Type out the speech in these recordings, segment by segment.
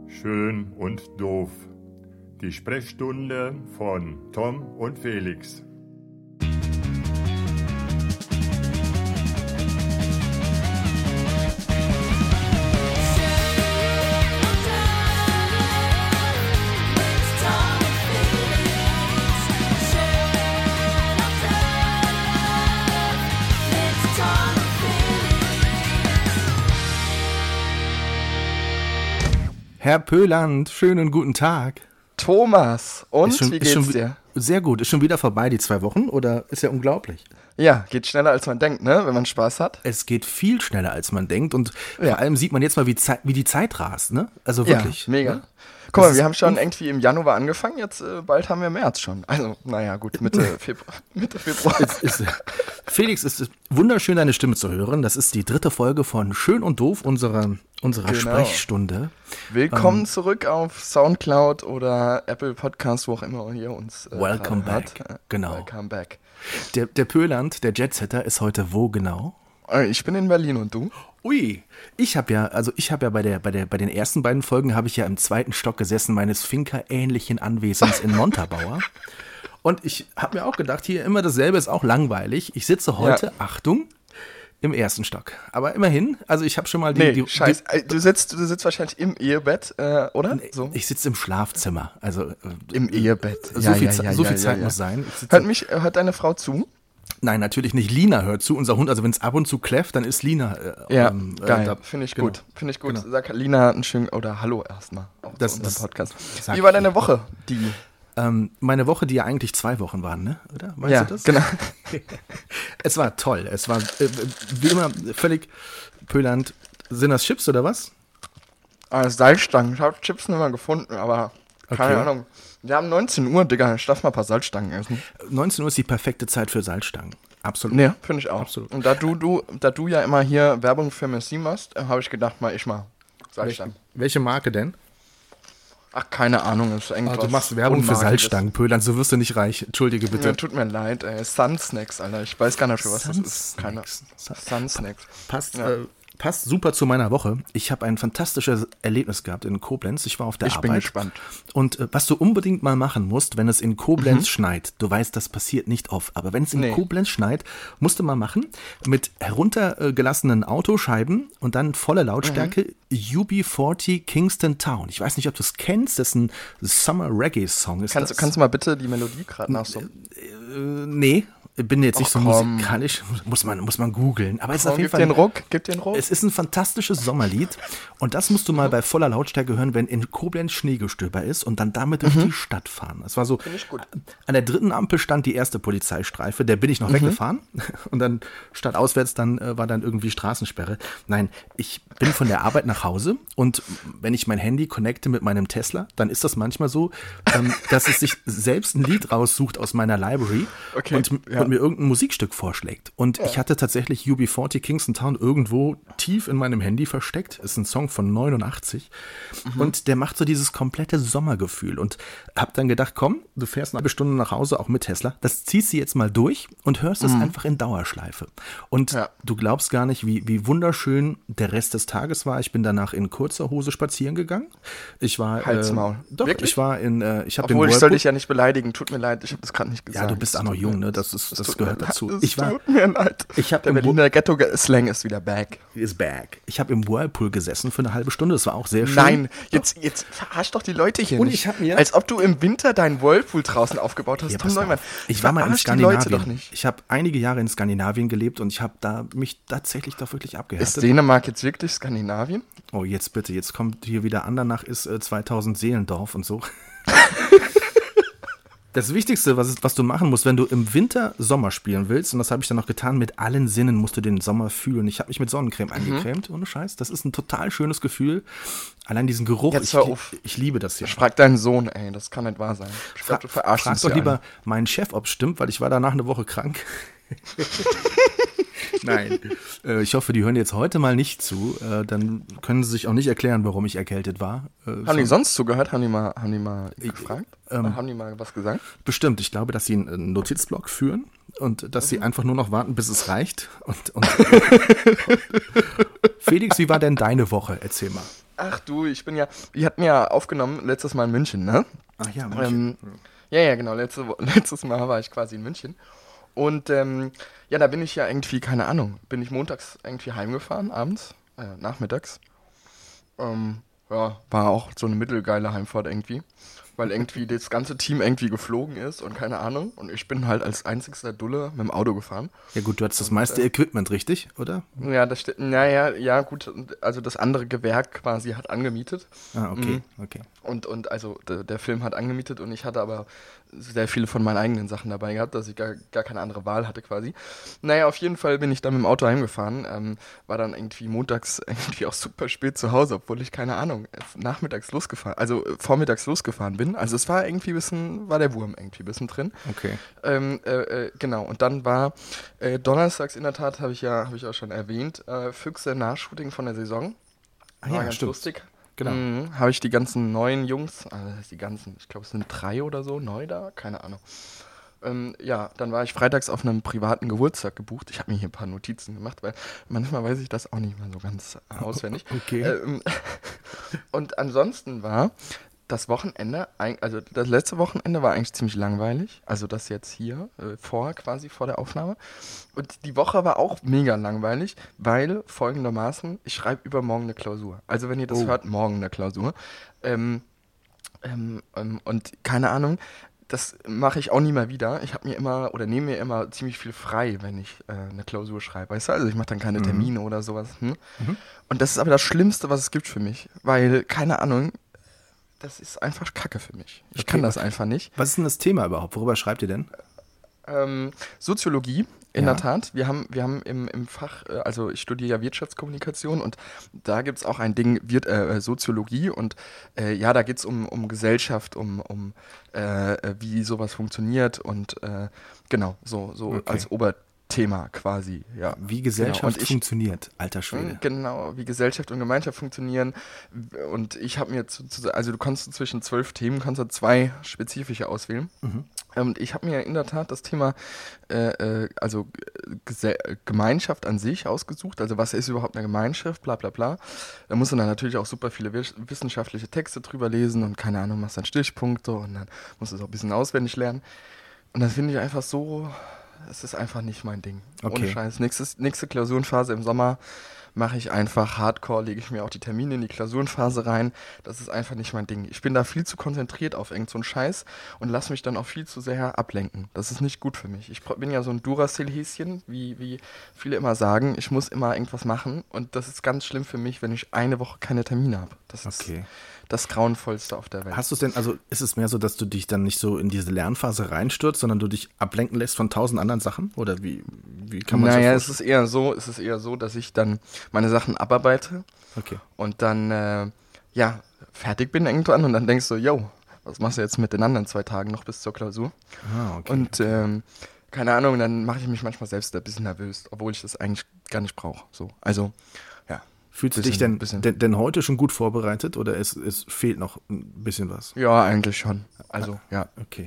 Schön und doof. Die Sprechstunde von Tom und Felix. Herr Pöland, schönen guten Tag. Thomas, und wie geht's dir? Sehr gut. Ist schon wieder vorbei, die 2 Wochen, oder ist ja unglaublich? Ja, geht schneller als man denkt, ne, wenn man Spaß hat. Es geht viel schneller als man denkt und vor allem sieht man jetzt mal, wie die Zeit rast, ne? Also wirklich. Ja, mega. Ne? Guck mal, wir haben schon irgendwie im Januar angefangen, jetzt bald haben wir März schon. Also, naja, gut, Mitte Februar. Felix, es ist wunderschön, deine Stimme zu hören. Das ist die 3. Folge von Schön und Doof, unserer Sprechstunde. Willkommen zurück auf Soundcloud oder Apple Podcast, wo auch immer ihr uns Welcome back. Genau. Welcome back. Der Pöland, der Jetsetter, ist heute wo genau? Ich bin in Berlin und du? Ui, ich habe ja bei den ersten beiden Folgen habe ich ja im 2. Stock gesessen meines Finca-ähnlichen Anwesens in Montabaur. Und ich habe mir auch gedacht, hier immer dasselbe ist auch langweilig. Ich sitze heute, Achtung, im 1. Stock. Aber immerhin, also ich habe schon mal Scheiß. Du sitzt wahrscheinlich im Ehebett, oder? So. Ich sitze im Schlafzimmer. Also im Ehebett. So viel Zeit muss sein. Hört deine Frau zu? Nein, natürlich nicht. Lina hört zu, unser Hund. Also wenn es ab und zu kläfft, dann ist Lina. Geil. Finde ich gut. Genau. Sag Lina ein schön oder Hallo erstmal auf unserem Podcast. Wie war deine Woche? Meine Woche, die ja eigentlich 2 Wochen waren, ne? Oder? Meinst du das? Genau. Es war toll. Es war wie immer völlig Pöland. Sind das Chips oder was? Salzstangen. Ich habe Chips nicht mehr gefunden, aber keine Ahnung. Wir haben 19 Uhr, Digga. Ich darf mal ein paar Salzstangen essen. 19 Uhr ist die perfekte Zeit für Salzstangen. Absolut. Ja, finde ich auch. Absolut. Und da du ja immer hier Werbung für Messi machst, habe ich gedacht, ich mal Salzstangen. Welche Marke denn? Ach, keine Ahnung, ist irgendwas. Du machst Werbung für Salzstangen, Pöland, so wirst du nicht reich. Entschuldige bitte. Ja, tut mir leid, ey. Sun Snacks, Alter. Ich weiß gar nicht, für was das ist. Sun Snacks. Passt super zu meiner Woche. Ich habe ein fantastisches Erlebnis gehabt in Koblenz. Ich war auf der Arbeit. Ich bin gespannt. Und was du unbedingt mal machen musst, wenn es in Koblenz schneit, du weißt, das passiert nicht oft, aber wenn es in Koblenz schneit, musst du mal machen, mit heruntergelassenen Autoscheiben und dann volle Lautstärke UB40 Kingston Town. Ich weiß nicht, ob du es kennst, das ist ein Summer-Reggae-Song. Kannst du mal bitte die Melodie gerade nachsummen? Nee. Bin jetzt nicht so musikalisch, muss man googeln. Aber es ist auf jeden Fall. Gib den Ruck. Es ist ein fantastisches Sommerlied und das musst du mal bei voller Lautstärke hören, wenn in Koblenz Schneegestöber ist und dann damit durch die Stadt fahren. Das war so. Finde ich gut. An der 3. Ampel stand die erste Polizeistreife, der bin ich noch weggefahren und dann stadtauswärts war dann irgendwie Straßensperre. Nein, ich bin von der Arbeit nach Hause und wenn ich mein Handy connecte mit meinem Tesla, dann ist das manchmal so, dass es sich selbst ein Lied raussucht aus meiner Library und mir irgendein Musikstück vorschlägt. Und ich hatte tatsächlich UB40 Kingston Town irgendwo tief in meinem Handy versteckt. Ist ein Song von 89. Und der macht so dieses komplette Sommergefühl. Und hab dann gedacht, komm, du fährst eine halbe Stunde nach Hause, auch mit Tesla. Das ziehst du jetzt mal durch und hörst es einfach in Dauerschleife. Und du glaubst gar nicht, wie wunderschön der Rest des Tages war. Ich bin danach in kurzer Hose spazieren gegangen. Ich war Halsmaul. Doch, wirklich? Ich war Obwohl, ich soll dich ja nicht beleidigen. Tut mir leid, ich habe das gerade nicht gesagt. Ja, du bist auch noch jung, ne? Das gehört dazu. Tut mir leid. Der Berliner Ghetto-Slang ist wieder back. Ist back. Ich habe im Whirlpool gesessen für eine halbe Stunde. Das war auch sehr schön. Nein, jetzt verarsch doch die Leute hier und nicht. Ich hab mir als ob du im Winter deinen Whirlpool draußen aufgebaut hast. Ja, Tom Neumann. Ich war mal in Skandinavien. Ich habe einige Jahre in Skandinavien gelebt und ich habe mich tatsächlich doch wirklich abgehärtet. Ist Dänemark jetzt wirklich Skandinavien? Oh, jetzt bitte. Jetzt kommt hier wieder Andernach ist 2000 Seelendorf und so. Das Wichtigste, was du machen musst, wenn du im Winter Sommer spielen willst, und das habe ich dann noch getan, mit allen Sinnen musst du den Sommer fühlen. Ich habe mich mit Sonnencreme eingecremt, ohne Scheiß. Das ist ein total schönes Gefühl. Allein diesen Geruch, ich liebe das hier. Frag deinen Sohn, ey, das kann nicht wahr sein. Ich glaub, du verarschst Frag doch lieber meinen Chef, ob es stimmt, weil ich war danach eine Woche krank. Nein. Ich hoffe, die hören jetzt heute mal nicht zu. Dann können sie sich auch nicht erklären, warum ich erkältet war. Haben die sonst zugehört? Haben die mal gefragt? Haben die mal was gesagt? Bestimmt. Ich glaube, dass sie einen Notizblock führen und dass sie einfach nur noch warten, bis es reicht. Und Felix, wie war denn deine Woche? Erzähl mal. Ach du, wir hatten ja aufgenommen letztes Mal in München, ne? Ach ja, München. Ja, genau, letztes Mal war ich quasi in München. Und ja, da bin ich ja irgendwie, keine Ahnung, bin ich montags irgendwie heimgefahren, abends, nachmittags. Ja, war auch so eine mittelgeile Heimfahrt irgendwie, weil irgendwie das ganze Team irgendwie geflogen ist und keine Ahnung. Und ich bin halt als einzigster Dulle mit dem Auto gefahren. Ja gut, du hattest das meiste Equipment, richtig, oder? Ja, das stimmt. Naja, ja, gut. Also das andere Gewerk quasi hat angemietet. Ah, okay, okay. Und also der Film hat angemietet und ich hatte aber sehr viele von meinen eigenen Sachen dabei gehabt, dass ich gar keine andere Wahl hatte quasi. Naja, auf jeden Fall bin ich dann mit dem Auto heimgefahren, war dann irgendwie montags irgendwie auch super spät zu Hause, obwohl ich, keine Ahnung, vormittags losgefahren bin. Also es war irgendwie war der Wurm irgendwie ein bisschen drin. Okay. Genau, und dann war donnerstags in der Tat, habe ich auch schon erwähnt, Füchse Nachshooting von der Saison. Ah War ja, ganz stimmt. lustig. Genau. Habe ich die ganzen neuen Jungs, also das heißt die ganzen, ich glaube es sind 3 oder so, neu da, keine Ahnung. Ja, dann war ich freitags auf einem privaten Geburtstag gebucht. Ich habe mir hier ein paar Notizen gemacht, weil manchmal weiß ich das auch nicht mehr so ganz auswendig. Okay. Und ansonsten war das Wochenende, also das letzte Wochenende war eigentlich ziemlich langweilig. Also das jetzt hier, vor der Aufnahme. Und die Woche war auch mega langweilig, weil folgendermaßen, ich schreibe übermorgen eine Klausur. Also wenn ihr das hört, morgen eine Klausur. Und keine Ahnung, das mache ich auch nie mehr wieder. Ich nehme mir immer ziemlich viel frei, wenn ich eine Klausur schreibe. Weißt du? Also ich mache dann keine Termine oder sowas. Und das ist aber das Schlimmste, was es gibt für mich. Weil, keine Ahnung, das ist einfach Kacke für mich. Ich kann das einfach nicht. Was ist denn das Thema überhaupt? Worüber schreibt ihr denn? Soziologie, in der Tat. Wir haben im Fach, also ich studiere ja Wirtschaftskommunikation und da gibt es auch ein Ding, Soziologie und ja, da geht es um Gesellschaft, um wie sowas funktioniert und genau, so okay. Als Oberthema quasi, ja. Wie Gesellschaft funktioniert, alter Schwede. Genau, wie Gesellschaft und Gemeinschaft funktionieren und ich habe mir, also du kannst zwischen 12 Themen, kannst du 2 spezifische auswählen. Und ich habe mir in der Tat das Thema Gemeinschaft an sich ausgesucht. Also was ist überhaupt eine Gemeinschaft, bla bla bla. Da musst du dann natürlich auch super viele wissenschaftliche Texte drüber lesen und keine Ahnung, machst dann Stichpunkte und dann musst du es auch ein bisschen auswendig lernen. Und das finde ich einfach so, es ist einfach nicht mein Ding. Okay. Ohne Scheiß. Nächste Klausurenphase im Sommer mache ich einfach hardcore, lege ich mir auch die Termine in die Klausurenphase rein. Das ist einfach nicht mein Ding. Ich bin da viel zu konzentriert auf irgend so einen Scheiß und lasse mich dann auch viel zu sehr ablenken. Das ist nicht gut für mich. Ich bin ja so ein Duracell-Häschen, wie viele immer sagen. Ich muss immer irgendwas machen und das ist ganz schlimm für mich, wenn ich eine Woche keine Termine habe. Das ist das Grauenvollste auf der Welt. Hast du es denn, also ist es mehr so, dass du dich dann nicht so in diese Lernphase reinstürzt, sondern du dich ablenken lässt von 1000 anderen Sachen? Oder wie kann man das Naja, es ist eher so, dass ich dann meine Sachen abarbeite und dann, fertig bin irgendwann und dann denkst du, yo, was machst du jetzt mit den anderen 2 Tagen noch bis zur Klausur? Und keine Ahnung, dann mache ich mich manchmal selbst ein bisschen nervös, obwohl ich das eigentlich gar nicht brauche. So. Also, ja. Fühlst du dich denn heute schon gut vorbereitet oder es fehlt noch ein bisschen was? Ja, eigentlich schon. Also, ja. Okay.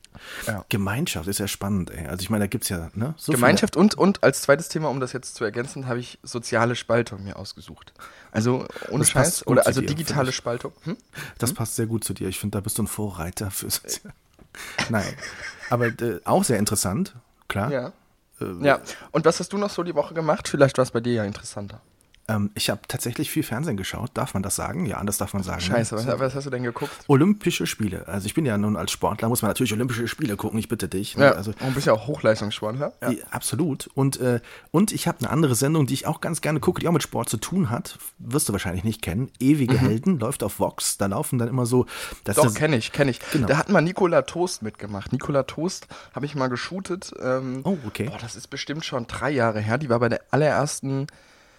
Ja. Gemeinschaft ist ja spannend, ey. Also ich meine, da gibt's ja, ne? So Gemeinschaft und als zweites Thema, um das jetzt zu ergänzen, habe ich soziale Spaltung mir ausgesucht. Also ohne Scheiß, oder also digitale Spaltung. Das passt sehr gut zu dir. Ich finde, da bist du ein Vorreiter für sozial. Nein, aber auch sehr interessant, klar. Ja. Ja, und was hast du noch so die Woche gemacht? Vielleicht war es bei dir ja interessanter. Ich habe tatsächlich viel Fernsehen geschaut. Darf man das sagen? Ja, das darf man sagen. Scheiße, was hast du denn geguckt? Olympische Spiele. Also ich bin ja nun als Sportler, muss man natürlich Olympische Spiele gucken, ich bitte dich. Ne? Ja, also, und bist ja auch Hochleistungssportler. Ja. Absolut. Und ich habe eine andere Sendung, die ich auch ganz gerne gucke, die auch mit Sport zu tun hat. Wirst du wahrscheinlich nicht kennen. Ewige Helden, läuft auf Vox. Da laufen dann immer so... Doch, kenne ich. Genau. Da hat mal Nicola Toast mitgemacht. Nicola Toast habe ich mal geshootet. Okay. Boah, das ist bestimmt schon 3 Jahre her. Die war bei der allerersten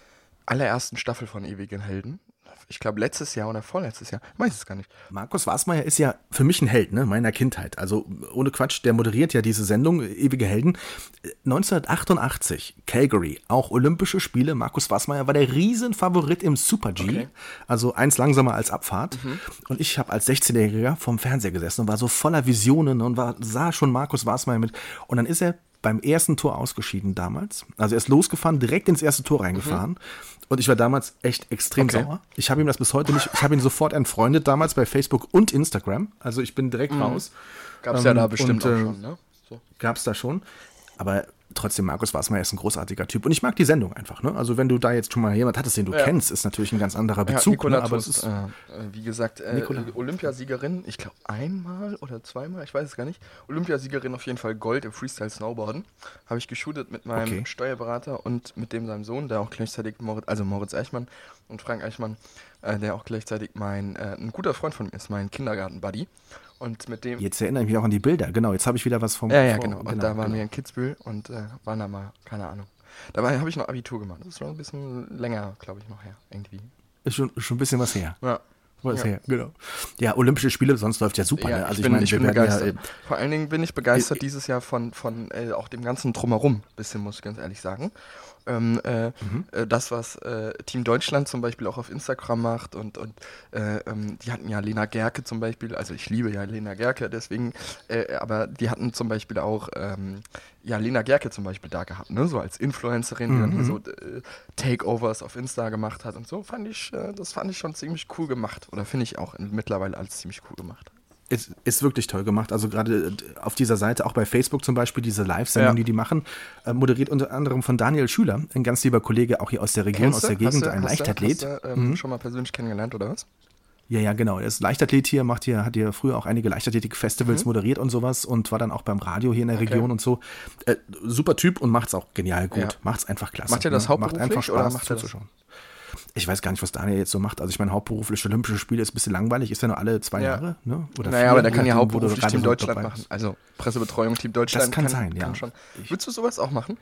Staffel von Ewigen Helden. Ich glaube, letztes Jahr oder vorletztes Jahr. Ich weiß es gar nicht. Markus Wasmeier ist ja für mich ein Held, ne, meiner Kindheit. Also ohne Quatsch, der moderiert ja diese Sendung, Ewige Helden. 1988, Calgary, auch Olympische Spiele. Markus Wasmeier war der Riesenfavorit im Super-G. Okay. Also 1 langsamer als Abfahrt. Und ich habe als 16-Jähriger vorm Fernseher gesessen und war so voller Visionen und sah schon Markus Wasmeier mit. Und dann ist er beim ersten Tor ausgeschieden damals. Also er ist losgefahren, direkt ins erste Tor reingefahren. Und ich war damals echt extrem sauer. Ich habe ihm das bis heute nicht, ich habe ihn sofort entfreundet, damals bei Facebook und Instagram. Also ich bin direkt raus. Gab's ja da bestimmt auch schon, ne? So. Gab's da schon. Aber trotzdem, Markus Wasmer ist ein großartiger Typ. Und ich mag die Sendung einfach, ne? Also wenn du da jetzt schon mal jemand hattest, den du kennst, ist natürlich ein ganz anderer Bezug. Ja, ne? Aber es ist wie gesagt, Olympiasiegerin, ich glaube einmal oder zweimal, ich weiß es gar nicht. Olympiasiegerin auf jeden Fall Gold im Freestyle-Snowboarden. Habe ich geshootet mit meinem Steuerberater und mit dem seinem Sohn, der auch gleichzeitig Moritz Eichmann und Frank Eichmann, der auch gleichzeitig ein guter Freund von mir ist, mein Kindergarten-Buddy. Und mit dem. Jetzt erinnere ich mich auch an die Bilder, genau. Jetzt habe ich wieder was vom. Ja, genau. Und da waren wir in Kitzbühel und waren da mal, keine Ahnung. Dabei habe ich noch Abitur gemacht. Das ist schon ein bisschen länger, glaube ich, noch her, irgendwie. Ist schon ein bisschen was her. Ja. Her, genau. Ja, Olympische Spiele, sonst läuft ja super. Ja, Ne? Also ich bin begeistert. Ja, vor allen Dingen bin ich begeistert dieses Jahr von auch dem ganzen Drumherum, bisschen, muss ich ganz ehrlich sagen. Das, was Team Deutschland zum Beispiel auch auf Instagram macht und die hatten ja Lena Gerke zum Beispiel, also ich liebe ja Lena Gerke, deswegen, aber die hatten zum Beispiel auch Lena Gerke zum Beispiel da gehabt, ne, so als Influencerin, die dann hier so Takeovers auf Insta gemacht hat und so, das fand ich schon ziemlich cool gemacht oder finde ich auch mittlerweile als ziemlich cool gemacht. Ist wirklich toll gemacht. Also gerade auf dieser Seite, auch bei Facebook zum Beispiel, diese Live-Sendung, die machen, moderiert unter anderem von Daniel Schüler, ein ganz lieber Kollege, auch hier aus der Region, aus der Gegend, ein Leichtathlet. Hast du schon mal persönlich kennengelernt, oder was? Ja, genau. Er ist Leichtathlet hier, hat hier früher auch einige Leichtathletik-Festivals moderiert und sowas und war dann auch beim Radio hier in der Region und so. Super Typ und macht's auch genial gut. Ja. Macht's einfach klasse. Macht er das hauptberuflich macht einfach Spaß oder macht er zuzuschauen. Ich weiß gar nicht, was Daniel jetzt so macht. Also ich meine, hauptberufliche Olympische Spiele ist ein bisschen langweilig, ist ja nur alle 2 Jahre, ne? Oder naja, 4, aber der kann ja hauptberuflich Team Team Deutschland machen. Also Pressebetreuung Team Deutschland. Das kann sein, ja. Schon. Würdest du sowas auch machen?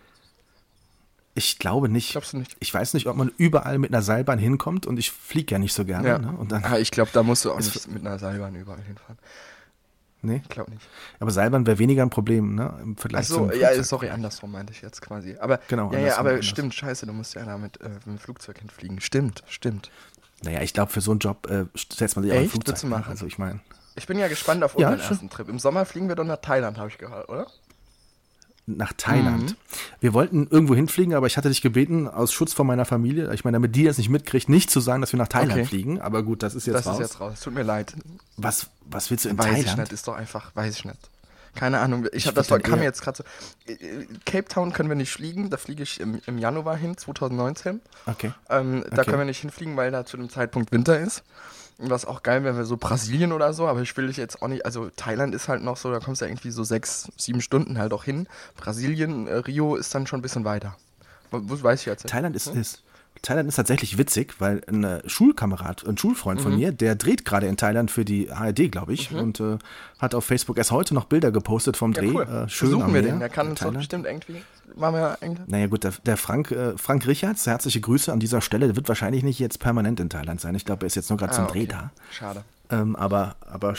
Ich glaube nicht. Glaubst du nicht? Ich weiß nicht, ob man überall mit einer Seilbahn hinkommt und ich fliege ja nicht so gerne. Ja. Ne? Und dann ich glaube, da musst du auch nicht mit einer Seilbahn überall hinfahren. Nee? Ich glaube nicht. Aber Seilbahn wäre weniger ein Problem, ne? Im Vergleich zum Flugzeug. Sorry, andersrum meinte ich jetzt quasi. Aber, genau, aber stimmt, scheiße, du musst ja da mit dem Flugzeug hinfliegen. Stimmt. Naja, ich glaube, für so einen Job setzt man sich auch ein Flugzeug. Willst du machen? Also ich meine. Ich bin ja gespannt auf unseren ersten Trip. Im Sommer fliegen wir doch nach Thailand, habe ich gehört, oder? Nach Thailand. Wir wollten irgendwo hinfliegen, aber ich hatte dich gebeten, aus Schutz vor meiner Familie, ich meine, damit die das nicht mitkriegt, nicht zu sagen, dass wir nach Thailand fliegen. Aber gut, das ist jetzt raus. Das ist jetzt raus. Tut mir leid. Was willst du in Thailand? Weiß ich nicht, ist doch einfach, weiß ich nicht. Keine Ahnung, kam mir jetzt gerade so. Cape Town können wir nicht fliegen, da fliege ich im Januar hin, 2019. Okay. Da können wir nicht hinfliegen, weil da zu dem Zeitpunkt Winter ist. Was auch geil wäre, so Brasilien oder so, aber ich will dich jetzt auch nicht, also Thailand ist halt noch so, da kommst du ja irgendwie so 6-7 Stunden halt auch hin. Brasilien, Rio ist dann schon ein bisschen weiter. Was weiß ich jetzt? Thailand ist tatsächlich witzig, weil ein Schulkamerad, ein Schulfreund von mir, der dreht gerade in Thailand für die ARD, glaube ich, und hat auf Facebook erst heute noch Bilder gepostet vom Dreh. Cool. Schön Besuchen am wir Meer, den, der kann uns doch bestimmt irgendwie. Naja gut, der Frank Richards, herzliche Grüße an dieser Stelle, der wird wahrscheinlich nicht jetzt permanent in Thailand sein. Ich glaube, er ist jetzt nur gerade zum Dreh da. Schade. Aber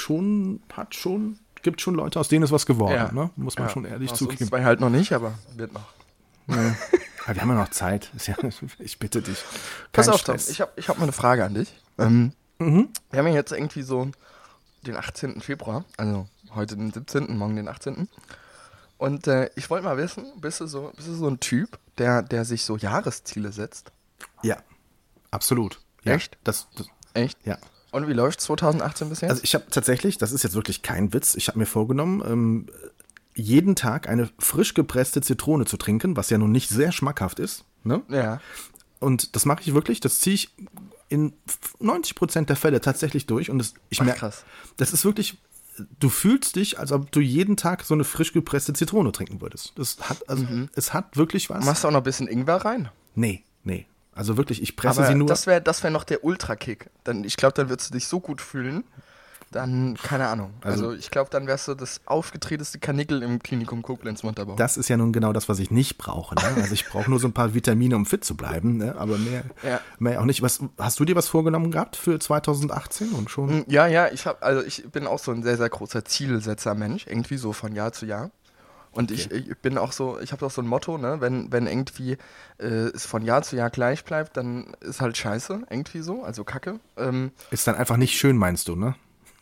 gibt schon Leute, aus denen ist was geworden, ne? Muss man schon ehrlich zugeben. Uns zwei halt noch nicht, aber wird noch. Ja. Aber wir haben ja noch Zeit. Ich bitte dich. Pass auf, Tom, ich hab mal eine Frage an dich. Wir haben ja jetzt irgendwie so den 18. Februar, also heute den 17., morgen den 18. Und ich wollte mal wissen, bist du so ein Typ, der sich so Jahresziele setzt? Ja, absolut. Ja, echt? Echt? Ja. Und wie läuft 2018 bis jetzt? Also ich habe tatsächlich, das ist jetzt wirklich kein Witz, ich habe mir vorgenommen, jeden Tag eine frisch gepresste Zitrone zu trinken, was ja nun nicht sehr schmackhaft ist. Ne? Ja. Und das mache ich wirklich, das ziehe ich in 90% der Fälle tatsächlich durch. Und ich merke, krass. Das ist wirklich, du fühlst dich, als ob du jeden Tag so eine frisch gepresste Zitrone trinken würdest. Es hat wirklich was. Machst du auch noch ein bisschen Ingwer rein? Nee. Also wirklich, ich presse sie nur. Das wär noch der Ultra-Kick. Ich glaube, dann würdest du dich so gut fühlen. Dann, keine Ahnung. Also ich glaube, dann wärst du das aufgetreteste Kanickel im Klinikum Koblenz-Montabaur. Das ist ja nun genau das, was ich nicht brauche. Ne? Also ich brauche nur so ein paar Vitamine, um fit zu bleiben, ne? Aber mehr auch nicht. Hast du dir was vorgenommen gehabt für 2018 und schon? Ja, ich bin auch so ein sehr, sehr großer Zielsetzer-Mensch, irgendwie so von Jahr zu Jahr. Und ich bin auch so, ich habe auch so ein Motto, ne, wenn irgendwie es von Jahr zu Jahr gleich bleibt, dann ist halt scheiße, irgendwie so, also Kacke. Ist dann einfach nicht schön, meinst du, ne?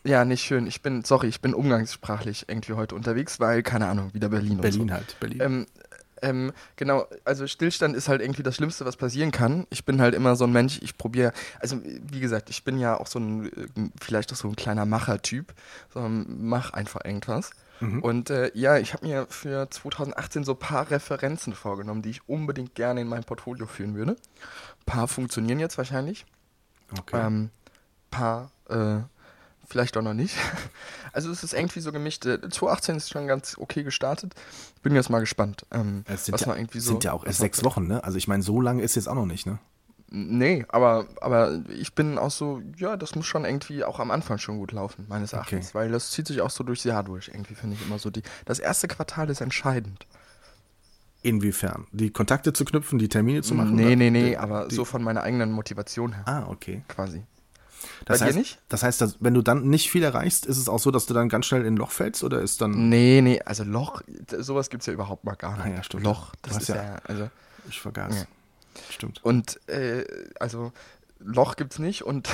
Ja, nicht schön. Ich bin umgangssprachlich irgendwie heute unterwegs, weil, keine Ahnung, wieder Berlin Berlin und so. halt, Berlin. Genau, also Stillstand ist halt irgendwie das Schlimmste, was passieren kann. Ich bin halt immer so ein Mensch, ich probiere, also wie gesagt, ich bin ja auch vielleicht auch so ein kleiner Macher-Typ, so mach einfach irgendwas. Und ja, ich habe mir für 2018 so ein paar Referenzen vorgenommen, die ich unbedingt gerne in mein Portfolio führen würde. Ein paar funktionieren jetzt wahrscheinlich, Okay. paar vielleicht auch noch nicht. Also es ist irgendwie so gemischt. 2018 ist schon ganz okay gestartet. Bin jetzt mal gespannt. Es Was noch irgendwie so. sind ja auch erst 6 Wochen, ne? Also ich meine, so lange ist jetzt auch noch nicht, ne? Nee, aber ich bin auch so, ja, das muss schon irgendwie auch am Anfang schon gut laufen, meines Erachtens. Weil das zieht sich auch so durchs Jahr durch. Irgendwie finde ich immer so, das erste Quartal ist entscheidend. Inwiefern? Die Kontakte zu knüpfen, die Termine zu machen? Nee, aber so von meiner eigenen Motivation her. Ah, okay. Quasi. Das Bei heißt, dir nicht? Das heißt, dass, wenn du dann nicht viel erreichst, ist es auch so, dass du dann ganz schnell in ein Loch fällst oder ist dann. Nee, also Loch, sowas gibt es ja überhaupt mal gar nicht. Ja, stimmt. Loch, Du das hast ist ja, also. Ich vergaß. Ja. Stimmt. Und also Loch gibt's nicht und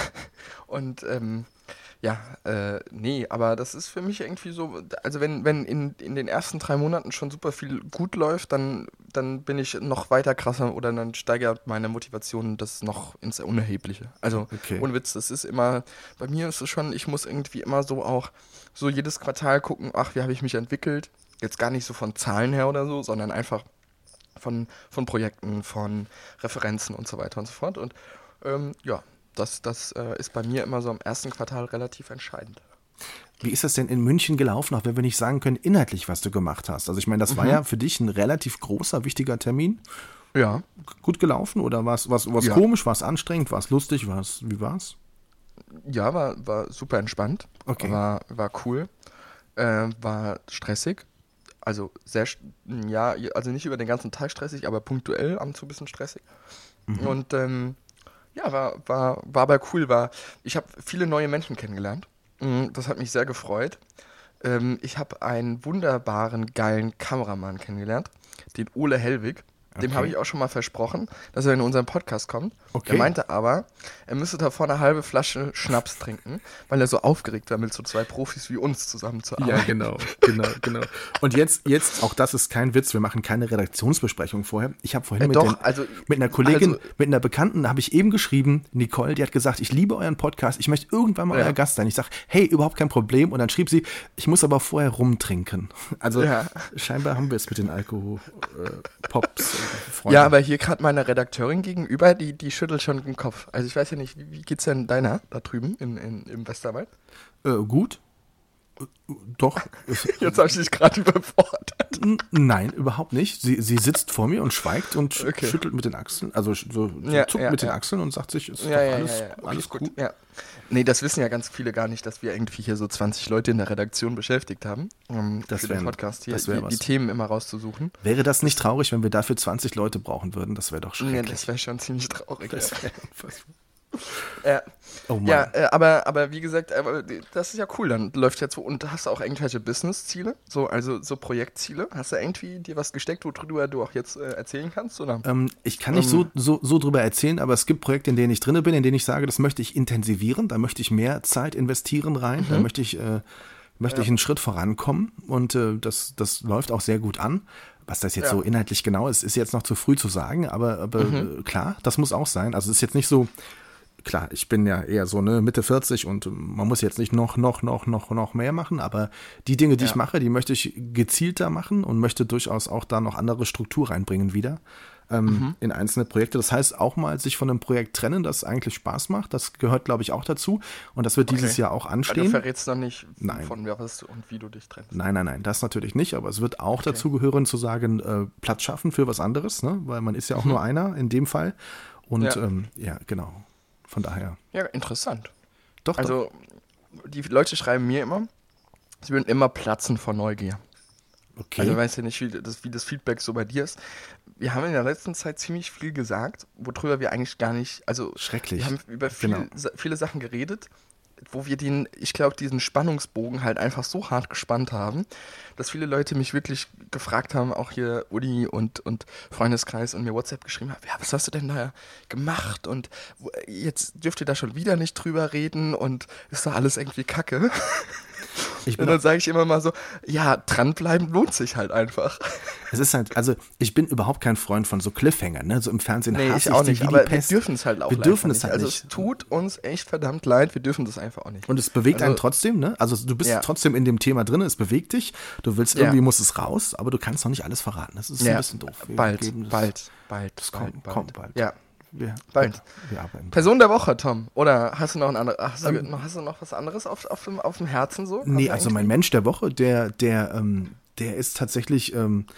nee, aber das ist für mich irgendwie so, also wenn in den ersten 3 Monaten schon super viel gut läuft, dann bin ich noch weiter krasser oder dann steigert meine Motivation das noch ins Unerhebliche. Also Okay. ohne Witz, das ist immer, bei mir ist es schon, ich muss irgendwie immer so auch so jedes Quartal gucken, ach, wie habe ich mich entwickelt, jetzt gar nicht so von Zahlen her oder so, sondern einfach von Projekten, von Referenzen und so weiter und so fort. Und ja, das ist bei mir immer so im ersten Quartal relativ entscheidend. Wie ist das denn in München gelaufen, auch wenn wir nicht sagen können, inhaltlich, was du gemacht hast? Also ich meine, das war ja für dich ein relativ großer, wichtiger Termin. Ja. Gut gelaufen oder war es Ja. komisch, war es anstrengend, war es lustig, wie war's? Ja, war super entspannt. Okay. War cool. War stressig. Also ja, also nicht über den ganzen Tag stressig, aber punktuell ab und zu ein bisschen stressig. Und ja, war aber cool. Ich habe viele neue Menschen kennengelernt. Das hat mich sehr gefreut. Ich habe einen wunderbaren, geilen Kameramann kennengelernt, den Ole Hellwig. Dem Okay. habe ich auch schon mal versprochen, dass er in unseren Podcast kommt. Okay. Er meinte aber, er müsste davor eine halbe Flasche Schnaps trinken, weil er so aufgeregt war, mit so 2 Profis wie uns zusammenzuarbeiten. genau. Und jetzt, auch das ist kein Witz, wir machen keine Redaktionsbesprechung vorher. Ich habe vorhin mit einer Kollegin, mit einer Bekannten, habe ich eben geschrieben, Nicole, die hat gesagt, ich liebe euren Podcast, ich möchte irgendwann mal euer Gast sein. Ich sage, hey, überhaupt kein Problem. Und dann schrieb sie, ich muss aber vorher rumtrinken. Also scheinbar haben wir es mit den Alkohol-Pops. Ja, aber hier gerade meine Redakteurin gegenüber, die schüttelt schon den Kopf. Also ich weiß ja nicht, wie geht's denn deiner da drüben im Westerwald? Gut. Doch. Jetzt habe ich dich gerade überfordert. Nein, überhaupt nicht. Sie sitzt vor mir und schweigt und schüttelt mit den Achseln, also so zuckt mit den Achseln und sagt sich, ist doch alles gut. Ja. Nee, das wissen ja ganz viele gar nicht, dass wir irgendwie hier so 20 Leute in der Redaktion beschäftigt haben, für den Podcast hier die Themen immer rauszusuchen. Wäre das nicht traurig, wenn wir dafür 20 Leute brauchen würden? Das wäre doch schrecklich. Ja, das wäre schon ziemlich traurig. Das wäre unfassbar. Oh Mann. Ja, aber wie gesagt, das ist ja cool, dann läuft ja so. Und hast du auch irgendwelche Business-Ziele, also so Projektziele? Hast du irgendwie dir was gesteckt, worüber du auch jetzt erzählen kannst? Oder? Ich kann nicht so drüber erzählen, aber es gibt Projekte, in denen ich drin bin, in denen ich sage, das möchte ich intensivieren, da möchte ich mehr Zeit investieren rein, da möchte ich einen Schritt vorankommen und das läuft auch sehr gut an. Was das jetzt so inhaltlich genau ist jetzt noch zu früh zu sagen, aber klar, das muss auch sein. Also es ist jetzt nicht so, klar, ich bin ja eher so Mitte 40 und man muss jetzt nicht noch mehr machen, aber die Dinge, die ich mache, die möchte ich gezielter machen und möchte durchaus auch da noch andere Struktur reinbringen wieder in einzelne Projekte. Das heißt auch mal sich von einem Projekt trennen, das eigentlich Spaß macht. Das gehört, glaube ich, auch dazu und das wird dieses Jahr auch anstehen. Du verrätst noch nicht, Nein. von was und wie du dich trennst. Nein, das natürlich nicht, aber es wird auch dazu gehören zu sagen, Platz schaffen für was anderes, ne? Weil man ist ja auch nur einer in dem Fall und genau. Von daher. Ja, interessant. Doch. Also, die Leute schreiben mir immer, sie würden immer platzen vor Neugier. Okay. Also, weißt du nicht, wie das Feedback so bei dir ist. Wir haben in der letzten Zeit ziemlich viel gesagt, worüber wir eigentlich gar nicht, also schrecklich. Wir haben über viele Sachen geredet, wo wir diesen Spannungsbogen halt einfach so hart gespannt haben, dass viele Leute mich wirklich gefragt haben, auch hier Uli und Freundeskreis und mir WhatsApp geschrieben haben, ja, was hast du denn da gemacht und jetzt dürft ihr da schon wieder nicht drüber reden und ist doch alles irgendwie Kacke. Und dann sage ich immer mal so, ja, dranbleiben lohnt sich halt einfach. Es ist halt, also ich bin überhaupt kein Freund von so Cliffhangern, ne? So im Fernsehen hasse ich auch nicht, die aber Pest. Wir dürfen es halt auch wir dürfen es halt also nicht. Es tut uns echt verdammt leid, wir dürfen das einfach auch nicht. Und es bewegt einen trotzdem, ne? Also du bist trotzdem in dem Thema drin, es bewegt dich, du willst irgendwie, muss es raus, aber du kannst noch nicht alles verraten. Das ist ein bisschen doof. Bald. Das kommt bald. Ja. Bald. Wir arbeiten. Person der Woche, Tom. Oder hast du noch hast du noch was anderes auf dem Herzen so? Nee, also mein Mensch der Woche, der ist tatsächlich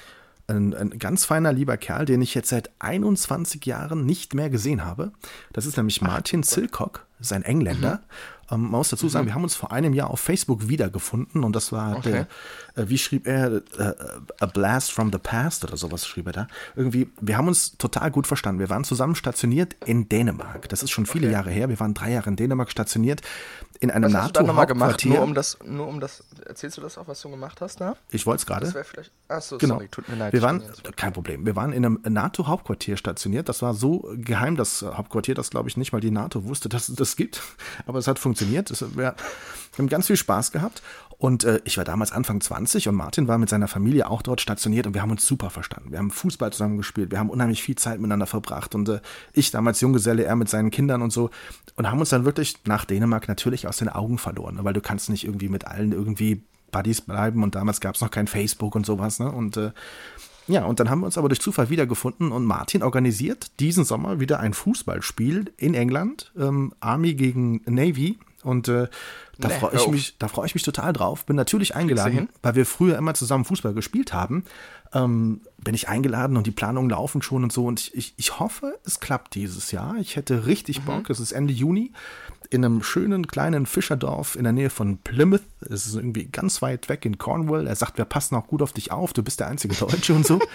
ein ganz feiner, lieber Kerl, den ich jetzt seit 21 Jahren nicht mehr gesehen habe. Das ist nämlich Martin Silcock, ist ein Engländer. Man muss dazu sagen, wir haben uns vor einem Jahr auf Facebook wiedergefunden und das war wie schrieb er, A Blast from the Past oder sowas schrieb er da. Irgendwie, wir haben uns total gut verstanden. Wir waren zusammen stationiert in Dänemark. Das ist schon viele Jahre her. Wir waren 3 Jahre in Dänemark stationiert in einem NATO-Hauptquartier. Nur um das, erzählst du das auch, was du gemacht hast da? Ich wollte es gerade. Das wäre vielleicht, genau. Sorry, tut mir leid. Kein Problem. Wir waren in einem NATO-Hauptquartier stationiert. Das war so geheim, das Hauptquartier, dass, glaube ich, nicht mal die NATO wusste, dass es das gibt. Aber es hat funktioniert. Wir haben ganz viel Spaß gehabt. Und ich war damals Anfang 20 und Martin war mit seiner Familie auch dort stationiert und wir haben uns super verstanden. Wir haben Fußball zusammen gespielt, wir haben unheimlich viel Zeit miteinander verbracht und ich damals Junggeselle, er mit seinen Kindern und so und haben uns dann wirklich nach Dänemark natürlich aus den Augen verloren, weil du kannst nicht irgendwie mit allen irgendwie Buddies bleiben und damals gab es noch kein Facebook und sowas, ne? Und und dann haben wir uns aber durch Zufall wiedergefunden und Martin organisiert diesen Sommer wieder ein Fußballspiel in England, Army gegen Navy. Und da freue ich mich total drauf. Bin natürlich eingeladen, weil wir früher immer zusammen Fußball gespielt haben. Bin ich eingeladen und die Planungen laufen schon und so. Und ich hoffe, es klappt dieses Jahr. Ich hätte richtig Bock. Es ist Ende Juni in einem schönen kleinen Fischerdorf in der Nähe von Plymouth. Es ist irgendwie ganz weit weg in Cornwall. Er sagt, wir passen auch gut auf dich auf. Du bist der einzige Deutsche und so.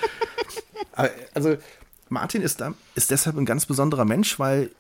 Also Martin ist deshalb ein ganz besonderer Mensch, weil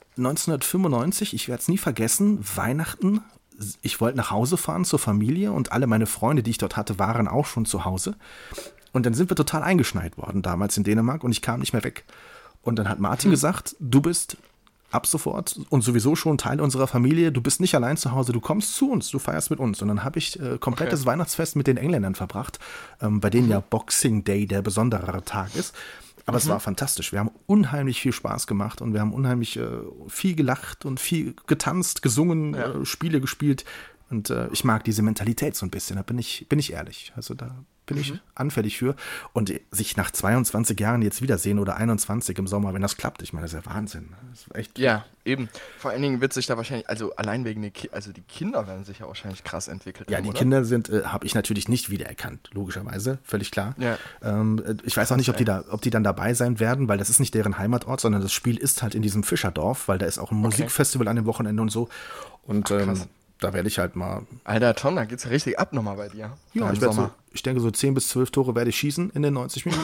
1995, ich werde es nie vergessen, Weihnachten, ich wollte nach Hause fahren zur Familie und alle meine Freunde, die ich dort hatte, waren auch schon zu Hause. Und dann sind wir total eingeschneit worden damals in Dänemark und ich kam nicht mehr weg. Und dann hat Martin gesagt, du bist ab sofort und sowieso schon Teil unserer Familie, du bist nicht allein zu Hause, du kommst zu uns, du feierst mit uns. Und dann habe ich komplettes Weihnachtsfest mit den Engländern verbracht, bei denen ja Boxing Day der besondere Tag ist. Aber es war fantastisch. Wir haben unheimlich viel Spaß gemacht und wir haben unheimlich viel gelacht und viel getanzt, gesungen, Spiele gespielt. Und ich mag diese Mentalität so ein bisschen, da bin ich ehrlich. Also da bin ich anfällig für. Und sich nach 22 Jahren jetzt wiedersehen oder 21 im Sommer, wenn das klappt, ich meine, das ist ja Wahnsinn. Das ist echt. Ja, eben. Vor allen Dingen wird sich da wahrscheinlich, also allein wegen die Kinder werden sich ja wahrscheinlich krass entwickelt. Ja, die Kinder habe ich natürlich nicht wiedererkannt, logischerweise, völlig klar. Ja. Ich weiß auch nicht, ob die dann dabei sein werden, weil das ist nicht deren Heimatort, sondern das Spiel ist halt in diesem Fischerdorf, weil da ist auch ein Musikfestival an dem Wochenende und so. Und da werde ich halt mal. Alter, Tom, da geht's ja richtig ab nochmal bei dir. Ja, ich denke, so 10 bis 12 Tore werde ich schießen in den 90 Minuten.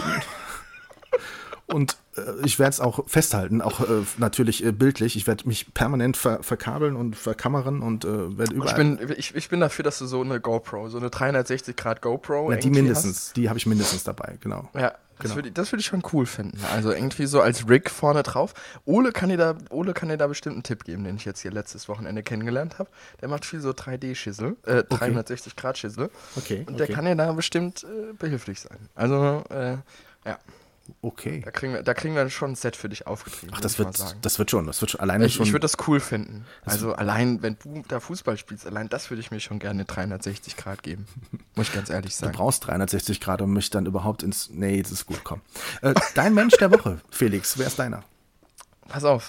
Und ich werde es auch festhalten, auch natürlich bildlich. Ich werde mich permanent verkabeln und verkammern und werde überall. Ich bin dafür, dass du so eine GoPro, so eine 360-Grad GoPro die mindestens, die habe ich mindestens dabei, genau. Ja, das würde ich schon cool finden. Also irgendwie so als Rig vorne drauf. Ole kann dir da bestimmt einen Tipp geben, den ich jetzt hier letztes Wochenende kennengelernt habe. Der macht viel so 3D-Schissel, 360-Grad-Schissel. Okay. Und der kann dir da bestimmt behilflich sein. Also, ja. Okay. Da kriegen wir schon ein Set für dich aufgetrieben. Ach, das wird schon alleine schon. Ich würde das cool finden. Also allein, wenn du da Fußball spielst, allein das würde ich mir schon gerne 360 Grad geben. Muss ich ganz ehrlich sagen. Du brauchst 360 Grad, um mich dann überhaupt nee, jetzt ist gut, komm. Dein Mensch der Woche, Felix, wer ist deiner? Pass auf.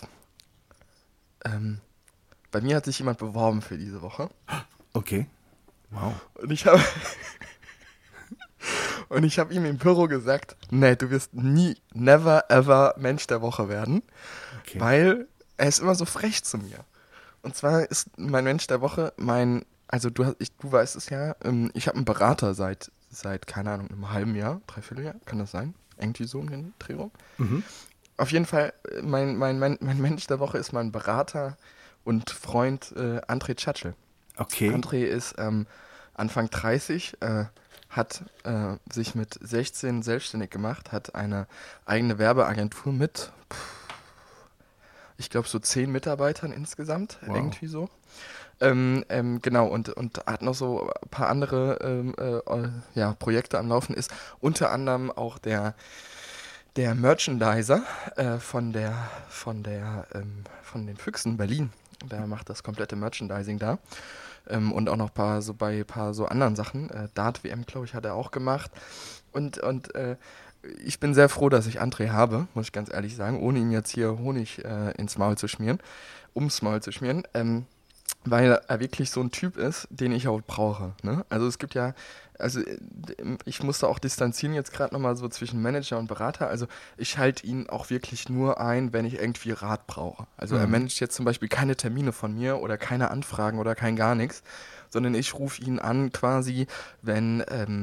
Bei mir hat sich jemand beworben für diese Woche. Okay. Wow. Und ich habe ihm im Büro gesagt, nee, du wirst never ever Mensch der Woche werden, weil er ist immer so frech zu mir. Und zwar ist mein Mensch der Woche du weißt es ja, ich habe einen Berater seit, keine Ahnung, einem halben Jahr, 3/4 Jahr, kann das sein? Irgendwie so in den Dreh rum. Auf jeden Fall, mein Mensch der Woche ist mein Berater und Freund André Tschatschel. Okay. André ist Anfang 30, hat sich mit 16 selbstständig gemacht, hat eine eigene Werbeagentur mit, ich glaube, so 10 Mitarbeitern insgesamt, irgendwie so. Genau, und hat noch so ein paar andere Projekte am Laufen, ist unter anderem auch der Merchandiser von den Füchsen Berlin. Der macht das komplette Merchandising da. Und auch noch bei ein paar so anderen Sachen. Dart-WM, glaube ich, hat er auch gemacht. Und ich bin sehr froh, dass ich André habe, muss ich ganz ehrlich sagen, ohne ihm jetzt hier Honig ums Maul zu schmieren. Weil er wirklich so ein Typ ist, den ich auch brauche. Ne? Also es gibt ja, ich musste auch distanzieren jetzt gerade nochmal so zwischen Manager und Berater. Also ich schalte ihn auch wirklich nur ein, wenn ich irgendwie Rat brauche. Also er managt jetzt zum Beispiel keine Termine von mir oder keine Anfragen oder kein gar nichts, sondern ich rufe ihn an quasi, wenn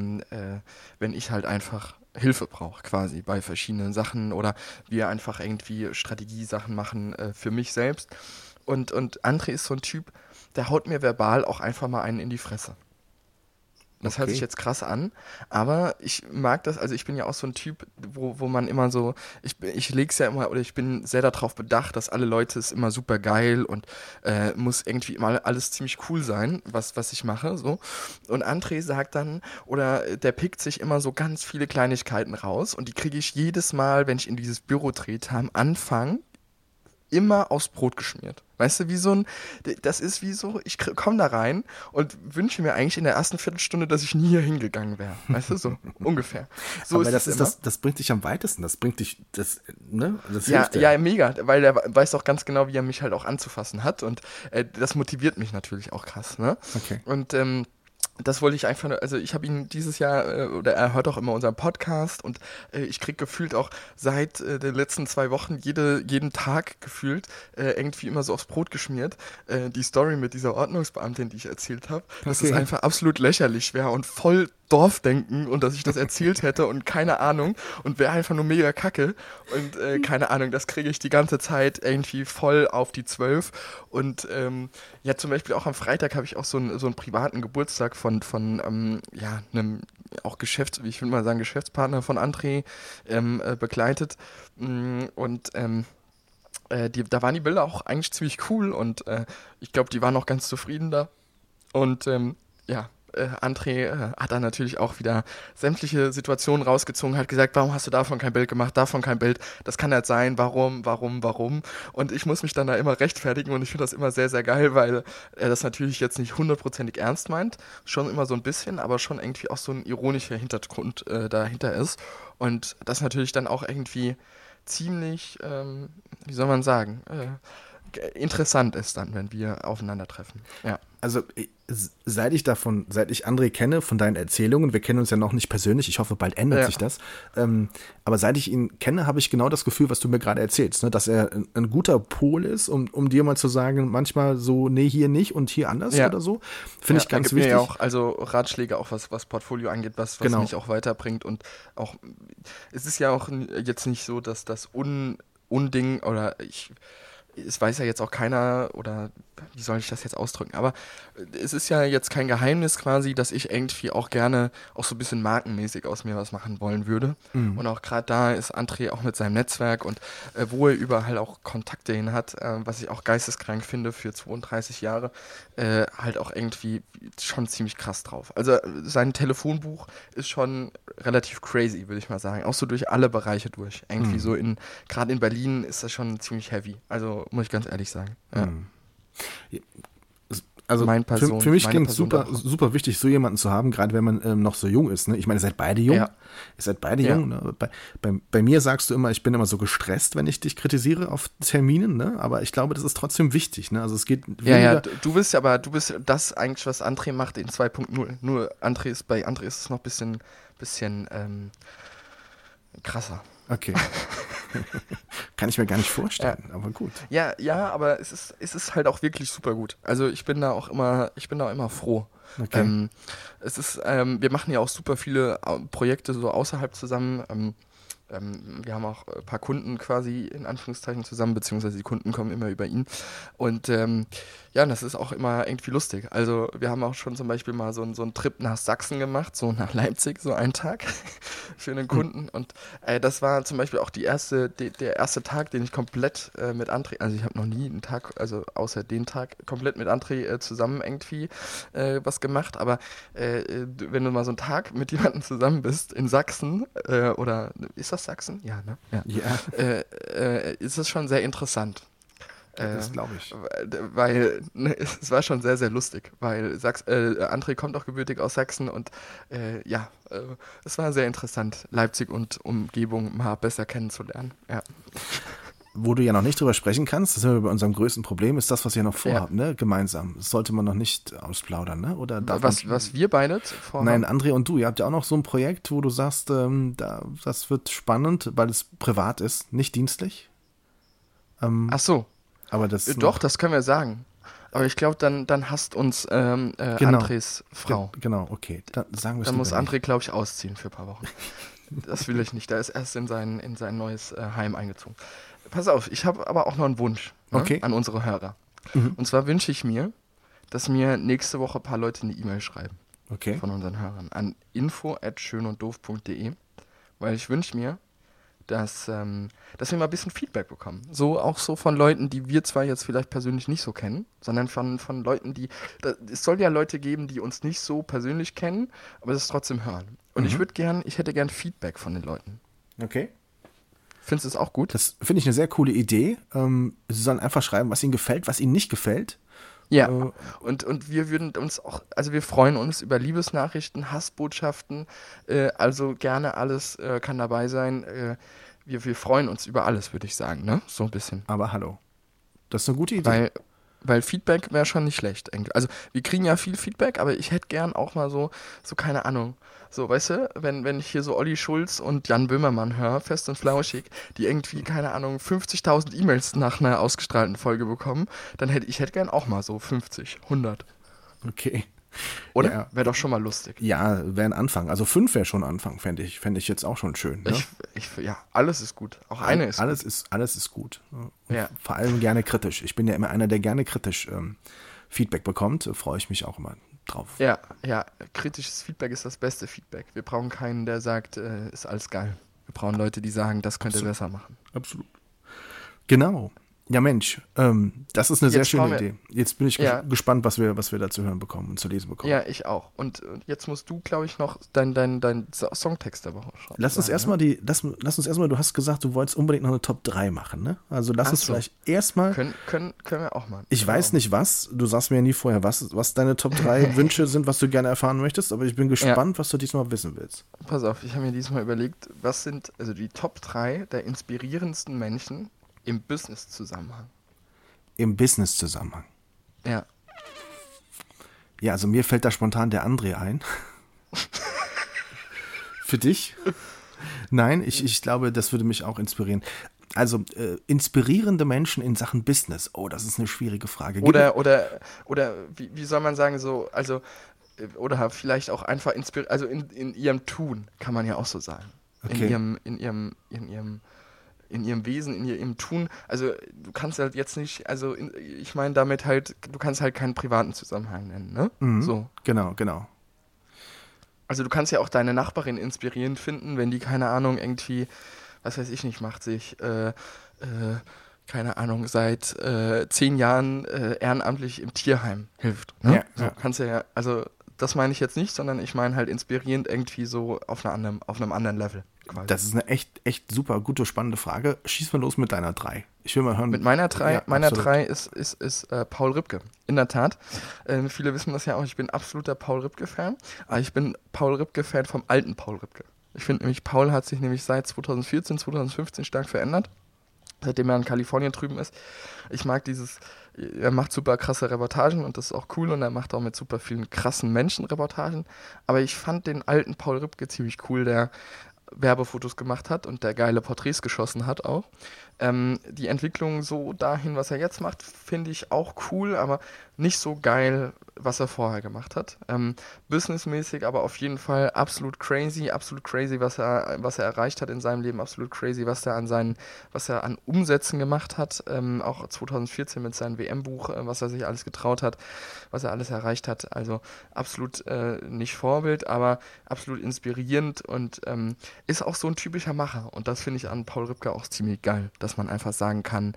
ich halt einfach Hilfe brauche quasi bei verschiedenen Sachen oder wir einfach irgendwie Strategiesachen machen für mich selbst. Und André ist so ein Typ, der haut mir verbal auch einfach mal einen in die Fresse. Das hört sich jetzt krass an, aber ich mag das, also ich bin ja auch so ein Typ, wo man immer so, ich leg's ja immer, oder ich bin sehr darauf bedacht, dass alle Leute es immer super geil und muss irgendwie immer alles ziemlich cool sein, was ich mache, so. Und André sagt dann, oder der pickt sich immer so ganz viele Kleinigkeiten raus und die kriege ich jedes Mal, wenn ich in dieses Büro trete, am Anfang immer aufs Brot geschmiert. Weißt du, das ist wie so, ich komme da rein und wünsche mir eigentlich in der ersten Viertelstunde, dass ich nie hier hingegangen wäre. Weißt du, so ungefähr. So aber ist das bringt dich am weitesten, das hilft dir. Ja, mega, weil er weiß auch ganz genau, wie er mich halt auch anzufassen hat und das motiviert mich natürlich auch krass, ne? Okay. Und das wollte ich einfach, also ich habe ihn dieses Jahr, oder er hört auch immer unseren Podcast und ich kriege gefühlt auch seit den letzten 2 Wochen jeden Tag gefühlt irgendwie immer so aufs Brot geschmiert. Die Story mit dieser Ordnungsbeamtin, die ich erzählt habe, dass es einfach absolut lächerlich wäre und voll Dorfdenken und dass ich das erzählt hätte und keine Ahnung und wäre einfach nur mega kacke und keine Ahnung, das kriege ich die ganze Zeit irgendwie voll auf die 12 und ja, zum Beispiel auch am Freitag habe ich auch so einen privaten Geburtstag von einem auch ich würde mal sagen Geschäftspartner von André begleitet und da waren die Bilder auch eigentlich ziemlich cool und ich glaube, die waren auch ganz zufrieden da und André hat dann natürlich auch wieder sämtliche Situationen rausgezogen, hat gesagt, warum hast du davon kein Bild gemacht, davon kein Bild, das kann nicht sein, warum und ich muss mich dann da immer rechtfertigen und ich finde das immer sehr, sehr geil, weil er das natürlich jetzt nicht 100%ig ernst meint, schon immer so ein bisschen, aber schon irgendwie auch so ein ironischer Hintergrund dahinter ist und das natürlich dann auch irgendwie ziemlich, wie soll man sagen, interessant ist dann, wenn wir aufeinandertreffen. Ja. Also seit ich André kenne, von deinen Erzählungen, wir kennen uns ja noch nicht persönlich, ich hoffe, bald ändert sich das, aber seit ich ihn kenne, habe ich genau das Gefühl, was du mir gerade erzählst, ne? Dass er ein guter Pol ist, um dir mal zu sagen, manchmal so, nee, hier nicht und hier anders oder so, finde ich ganz wichtig. Mir ja auch, also Ratschläge auch, was Portfolio angeht, was mich auch weiterbringt und auch, es ist ja auch jetzt nicht so, dass das Unding oder es weiß ja jetzt auch keiner, oder wie soll ich das jetzt ausdrücken, aber es ist ja jetzt kein Geheimnis quasi, dass ich irgendwie auch gerne auch so ein bisschen markenmäßig aus mir was machen wollen würde. Mhm. Und auch gerade da ist André auch mit seinem Netzwerk und wo er überall auch Kontakte hin hat, was ich auch geisteskrank finde für 32 Jahre, halt auch irgendwie schon ziemlich krass drauf. Also sein Telefonbuch ist schon relativ crazy, würde ich mal sagen. Auch so durch alle Bereiche durch. Irgendwie so gerade in Berlin ist das schon ziemlich heavy. Also muss ich ganz ehrlich sagen. Ja. Also für mich klingt es super wichtig, so jemanden zu haben, gerade wenn man noch so jung ist. Ne? Ich meine, ihr seid beide jung. Ja. Ihr seid beide jung. Ne? Bei mir sagst du immer, ich bin immer so gestresst, wenn ich dich kritisiere auf Terminen. Ne? Aber ich glaube, das ist trotzdem wichtig. Ne? Also es geht weniger. Ja, du bist das eigentlich, was André macht in 2.0. Nur bei André ist es noch ein bisschen krasser. Okay. Kann ich mir gar nicht vorstellen, aber gut. Ja, aber es ist halt auch wirklich super gut. Also ich bin da auch immer froh. Okay. Wir machen ja auch super viele Projekte so außerhalb zusammen. wir haben auch ein paar Kunden quasi in Anführungszeichen zusammen, beziehungsweise die Kunden kommen immer über ihn. Und ja, das ist auch immer irgendwie lustig. Also wir haben auch schon zum Beispiel mal so einen Trip nach Sachsen gemacht, so nach Leipzig, so einen Tag für einen Kunden. Und das war zum Beispiel auch der erste Tag, den ich komplett mit André, also ich habe noch nie einen Tag, also außer den Tag, komplett mit André zusammen irgendwie was gemacht. Aber wenn du mal so einen Tag mit jemandem zusammen bist in Sachsen, oder ist das Sachsen? Ja, ne? Ja. Ist es schon sehr interessant. Das glaube ich. Weil es war schon sehr, sehr lustig, weil André kommt auch gebürtig aus Sachsen und es war sehr interessant, Leipzig und Umgebung mal besser kennenzulernen. Ja. Wo du ja noch nicht drüber sprechen kannst, das sind wir bei unserem größten Problem, ist das, was ihr noch vorhabt, ne? Gemeinsam. Das sollte man noch nicht ausplaudern, ne? Oder was wir beide vorhaben? Nein, André und du, ihr habt ja auch noch so ein Projekt, wo du sagst, das wird spannend, weil es privat ist, nicht dienstlich. Ach so. Aber das Doch, das können wir sagen. Aber ich glaube, dann hasst uns Andres Frau. Genau, okay. Dann sagen wir es. Dann muss André, glaube ich, ausziehen für ein paar Wochen. Das will ich nicht. Der ist erst in sein neues Heim eingezogen. Pass auf, ich habe aber auch noch einen Wunsch an unsere Hörer. Mhm. Und zwar wünsche ich mir, dass mir nächste Woche ein paar Leute eine E-Mail schreiben. Okay. Von unseren Hörern an info@schönunddoof.de, weil ich wünsche mir, dass wir mal ein bisschen Feedback bekommen. Auch so von Leuten, die wir zwar jetzt vielleicht persönlich nicht so kennen, sondern von Leuten, es soll ja Leute geben, die uns nicht so persönlich kennen, aber das trotzdem hören. Und ich hätte gern Feedback von den Leuten. Okay. Findest du es auch gut? Das finde ich eine sehr coole Idee. Sie sollen einfach schreiben, was ihnen gefällt, was ihnen nicht gefällt. Ja, und wir würden uns auch, also wir freuen uns über Liebesnachrichten, Hassbotschaften, also gerne alles kann dabei sein. Wir freuen uns über alles, würde ich sagen, ne? So ein bisschen. Aber hallo, das ist eine gute Idee. Weil Feedback wäre schon nicht schlecht. Also wir kriegen ja viel Feedback, aber ich hätte gern auch mal so keine Ahnung, so, weißt du, wenn ich hier so Olli Schulz und Jan Böhmermann höre, fest und flauschig, die irgendwie, keine Ahnung, 50.000 E-Mails nach einer ausgestrahlten Folge bekommen, dann hätte ich gern auch mal so 50, 100. Okay. Oder? Ja. Wäre doch schon mal lustig. Ja, wäre ein Anfang. Also 5 wäre schon ein Anfang, fände ich jetzt auch schon schön. Ne? Ja, alles ist gut. Auch eine ist alles gut. Alles ist gut. Ja. Vor allem gerne kritisch. Ich bin ja immer einer, der gerne kritisch Feedback bekommt. Freue ich mich auch immer drauf. Ja, kritisches Feedback ist das beste Feedback. Wir brauchen keinen, der sagt, ist alles geil. Wir brauchen Leute, die sagen, das könnt ihr besser machen. Absolut. Genau. Ja, Mensch, das ist eine sehr schöne Idee. Jetzt bin ich gespannt, was wir da zu hören bekommen und zu lesen bekommen. Ja, ich auch. Und jetzt musst du, glaube ich, noch dein Songtext der Woche schreiben. Lass uns erstmal, du hast gesagt, du wolltest unbedingt noch eine Top 3 machen, ne? Also lass uns vielleicht erstmal. Können wir auch machen. Ich weiß nicht was, du sagst mir ja nie vorher, was deine Top 3 Wünsche sind, was du gerne erfahren möchtest, aber ich bin gespannt, was du diesmal wissen willst. Pass auf, ich habe mir diesmal überlegt, was sind also die Top 3 der inspirierendsten Menschen im Business-Zusammenhang. Im Business-Zusammenhang? Ja. Ja, also mir fällt da spontan der André ein. Für dich? Nein, ich glaube, das würde mich auch inspirieren. Also, inspirierende Menschen in Sachen Business. Oh, das ist eine schwierige Frage. Oder wie soll man sagen, so, also, oder vielleicht auch einfach also in ihrem Tun, kann man ja auch so sagen. Okay. In ihrem Wesen, in ihrem Tun, also du kannst halt jetzt nicht, also ich meine damit halt, du kannst halt keinen privaten Zusammenhang nennen, ne? Mhm, so. Genau. Also du kannst ja auch deine Nachbarin inspirierend finden, wenn die, keine Ahnung, irgendwie, was weiß ich nicht, macht sich, keine Ahnung, seit 10 Jahren ehrenamtlich im Tierheim hilft. Ne? Ja, so, kannst ja, also das meine ich jetzt nicht, sondern ich meine halt inspirierend irgendwie so auf einem anderen Level. Quasi. Das ist eine echt super gute, spannende Frage. Schieß mal los mit deiner 3. Ich will mal hören. Mit meiner 3, meiner 3 ist Paul Ripke. In der Tat. Viele wissen das ja auch, ich bin absoluter Paul Ripke-Fan. Aber ich bin Paul Ripke-Fan vom alten Paul Ripke. Ich finde nämlich, Paul hat sich nämlich seit 2014, 2015 stark verändert. Seitdem er in Kalifornien drüben ist. Ich mag er macht super krasse Reportagen und das ist auch cool und er macht auch mit super vielen krassen Menschen Reportagen. Aber ich fand den alten Paul Ripke ziemlich cool, der Werbefotos gemacht hat und der geile Porträts geschossen hat auch. Die Entwicklung so dahin, was er jetzt macht, finde ich auch cool, aber nicht so geil, was er vorher gemacht hat. Businessmäßig aber auf jeden Fall absolut crazy, was er erreicht hat in seinem Leben, absolut crazy, was er an Umsätzen gemacht hat, auch 2014 mit seinem WM-Buch, was er sich alles getraut hat, was er alles erreicht hat. Also absolut nicht Vorbild, aber absolut inspirierend und ist auch so ein typischer Macher. Und das finde ich an Paul Ripke auch ziemlich geil, dass man einfach sagen kann,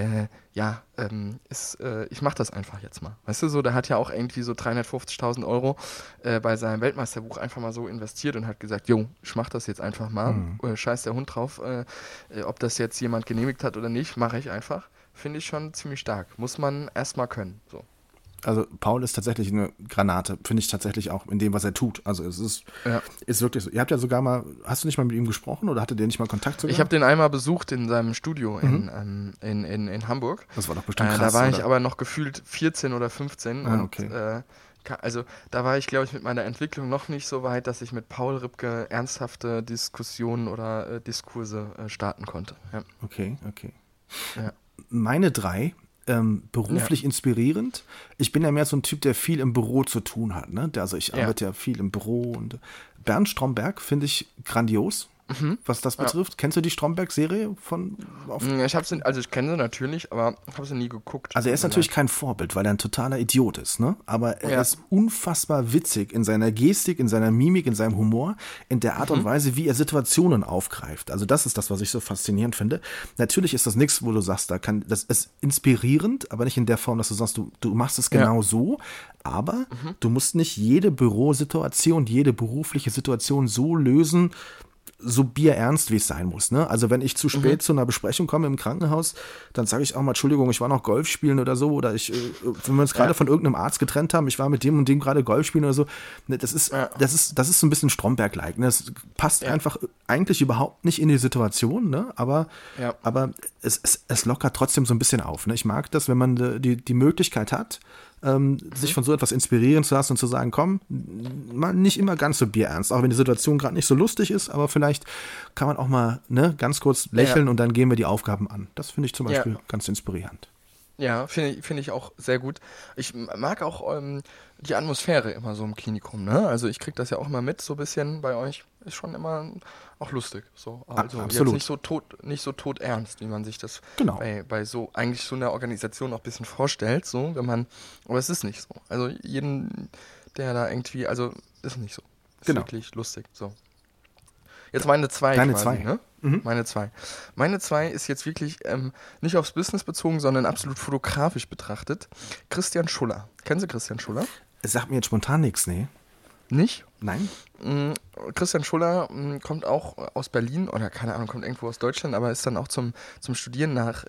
ich mache das einfach jetzt mal. Weißt du, so, der hat ja auch irgendwie so 350.000 Euro bei seinem Weltmeisterbuch einfach mal so investiert und hat gesagt, jo, ich mach das jetzt einfach mal, scheiß der Hund drauf, ob das jetzt jemand genehmigt hat oder nicht, mache ich einfach. Finde ich schon ziemlich stark. Muss man erstmal können, so. Also Paul ist tatsächlich eine Granate, finde ich tatsächlich auch in dem, was er tut. Also es ist wirklich so. Ihr habt ja sogar mal, hast du nicht mal mit ihm gesprochen oder hattet ihr nicht mal Kontakt zu ihm? Ich habe den einmal besucht in seinem Studio in Hamburg. Das war doch bestimmt krass, da war oder? ich aber noch gefühlt 14 oder 15 okay. Also da war ich, glaube ich, mit meiner Entwicklung noch nicht so weit, dass ich mit Paul Ripke ernsthafte Diskussionen oder Diskurse starten konnte. Ja. Okay. Ja. Meine 3, beruflich inspirierend. Ich bin ja mehr so ein Typ, der viel im Büro zu tun hat. Ne? Also ich arbeite ja viel im Büro und Bernd Stromberg finde ich grandios, was das betrifft. Kennst du die Stromberg-Serie von? Ich kenne sie natürlich, aber habe sie nie geguckt. Also er ist natürlich kein Vorbild, weil er ein totaler Idiot ist, ne? Aber er ist unfassbar witzig in seiner Gestik, in seiner Mimik, in seinem Humor, in der Art und Weise, wie er Situationen aufgreift. Also das ist das, was ich so faszinierend finde. Natürlich ist das nichts, wo du sagst, das ist inspirierend, aber nicht in der Form, dass du sagst, du machst es genau so, aber du musst nicht jede Bürosituation, jede berufliche Situation so lösen, so bierernst, wie es sein muss. Ne? Also wenn ich zu spät zu einer Besprechung komme im Krankenhaus, dann sage ich auch mal, Entschuldigung, ich war noch Golf spielen oder so, oder wenn wir uns gerade von irgendeinem Arzt getrennt haben, ich war mit dem und dem gerade Golf spielen oder so. Ne, das ist so ein bisschen Stromberg-like. Ne? Das passt einfach eigentlich überhaupt nicht in die Situation, ne? aber es lockert trotzdem so ein bisschen auf. Ne? Ich mag das, wenn man die Möglichkeit hat, sich von so etwas inspirieren zu lassen und zu sagen, komm, mal nicht immer ganz so bierernst, auch wenn die Situation gerade nicht so lustig ist, aber vielleicht kann man auch mal ganz kurz lächeln und dann gehen wir die Aufgaben an. Das finde ich zum Beispiel ganz inspirierend. Ja, finde ich auch sehr gut. Ich mag auch die Atmosphäre immer so im Klinikum, ne? Also ich kriege das ja auch immer mit, so ein bisschen bei euch. Ist schon immer auch lustig. So. Also absolut. Jetzt nicht so todernst, wie man sich das bei so eigentlich so einer Organisation auch ein bisschen vorstellt, so, aber es ist nicht so. Also jeden, der da irgendwie, also ist nicht so. Ist wirklich lustig. So. Jetzt meine 2 Deine quasi, 2. ne? Meine 2. Meine 2 ist jetzt wirklich nicht aufs Business bezogen, sondern absolut fotografisch betrachtet. Christian Schuller. Kennen Sie Christian Schuller? Es sagt mir jetzt spontan nichts, nee. Nicht? Nein? Christian Schuller kommt auch aus Berlin oder keine Ahnung, kommt irgendwo aus Deutschland, aber ist dann auch zum Studieren nach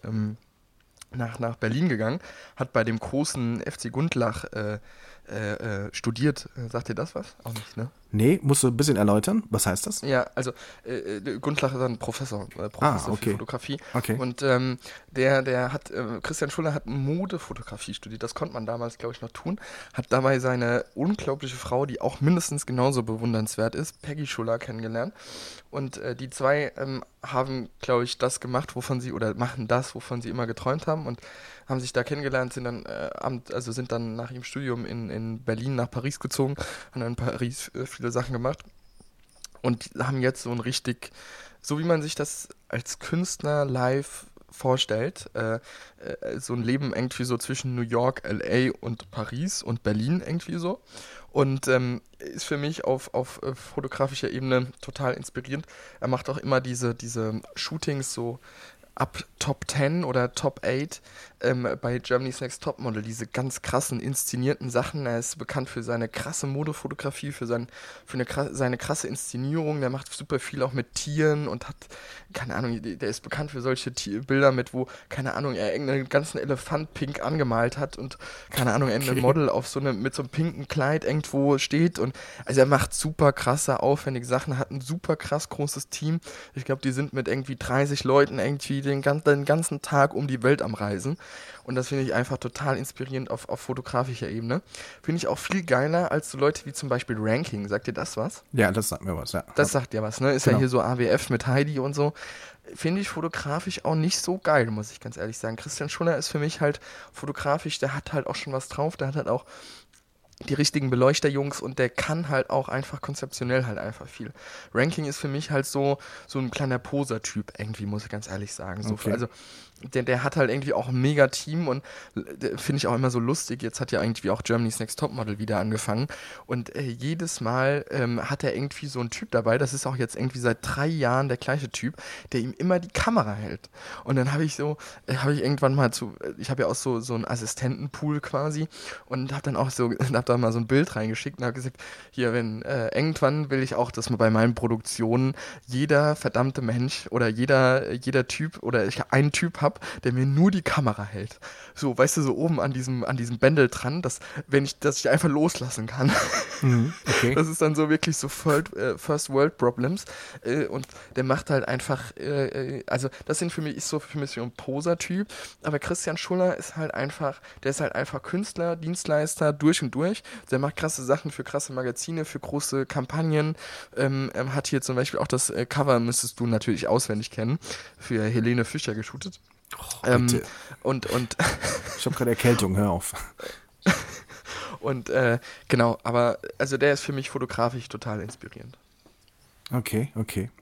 Berlin gegangen, hat bei dem großen FC Gundlach studiert. Sagt dir das was? Auch nicht, ne? Nee, musst du ein bisschen erläutern. Was heißt das? Ja, also Gundlach ist ein Professor für Fotografie. Okay. Und Christian Schuller hat Modefotografie studiert. Das konnte man damals, glaube ich, noch tun. Hat dabei seine unglaubliche Frau, die auch mindestens genauso bewundernswert ist, Peggy Schuller, kennengelernt. Und die zwei haben, glaube ich, machen das, wovon sie immer geträumt haben und haben sich da kennengelernt, sind dann nach ihrem Studium in Berlin nach Paris gezogen, haben dann in Paris viele Sachen gemacht und haben jetzt so ein richtig, so wie man sich das als Künstler live vorstellt, so ein Leben irgendwie so zwischen New York, LA und Paris und Berlin irgendwie so. Und ist für mich auf fotografischer Ebene total inspirierend. Er macht auch immer diese Shootings so ab Top 10 oder Top 8 bei Germany's Next Topmodel, diese ganz krassen inszenierten Sachen. Er ist bekannt für seine krasse Modefotografie, für seine krasse Inszenierung. Der macht super viel auch mit Tieren und hat, keine Ahnung, der ist bekannt für solche Bilder mit, wo, keine Ahnung, er irgendeinen ganzen Elefant pink angemalt hat und, keine Ahnung, ein Model mit so einem pinken Kleid irgendwo steht. Und also er macht super krasse, aufwendige Sachen, hat ein super krass großes Team. Ich glaube, die sind mit irgendwie 30 Leuten irgendwie den ganzen Tag um die Welt am Reisen. Und das finde ich einfach total inspirierend auf fotografischer Ebene. Finde ich auch viel geiler als so Leute wie zum Beispiel Ranking. Sagt dir das was? Ja, das sagt mir was, ja. Das sagt dir was, ne? Ist ja hier so AWF mit Heidi und so. Finde ich fotografisch auch nicht so geil, muss ich ganz ehrlich sagen. Christian Schuller ist für mich halt fotografisch, der hat halt auch schon was drauf, der hat halt auch die richtigen Beleuchterjungs und der kann halt auch einfach konzeptionell halt einfach viel. Ranking ist für mich halt so ein kleiner Poser-Typ irgendwie, muss ich ganz ehrlich sagen. So, Okay. also der hat halt irgendwie auch ein mega Team und finde ich auch immer so lustig. Jetzt hat ja irgendwie auch Germany's Next Topmodel wieder angefangen und jedes Mal hat er irgendwie so einen Typ dabei, das ist auch jetzt irgendwie seit 3 Jahren der gleiche Typ, der ihm immer die Kamera hält. Und dann habe ich irgendwann mal ich habe ja auch so einen Assistentenpool quasi und habe dann auch hab da mal so ein Bild reingeschickt und habe gesagt, hier, wenn irgendwann will ich auch, dass man bei meinen Produktionen jeder verdammte Mensch oder jeder Typ oder ich einen Typ habe, der mir nur die Kamera hält. So, weißt du, so oben an diesem Bändel dran, dass ich einfach loslassen kann. Okay. Das ist dann so wirklich so First World Problems. Und der macht halt einfach, also das ist für mich so ein Poser-Typ, aber Christian Schuller ist halt einfach Künstler, Dienstleister durch und durch. Der macht krasse Sachen für krasse Magazine, für große Kampagnen. Hat hier zum Beispiel auch das Cover, müsstest du natürlich auswendig kennen, für Helene Fischer geshootet. Bitte. Und Ich habe gerade Erkältung, hör auf. und genau, aber also der ist für mich fotografisch total inspirierend. Okay.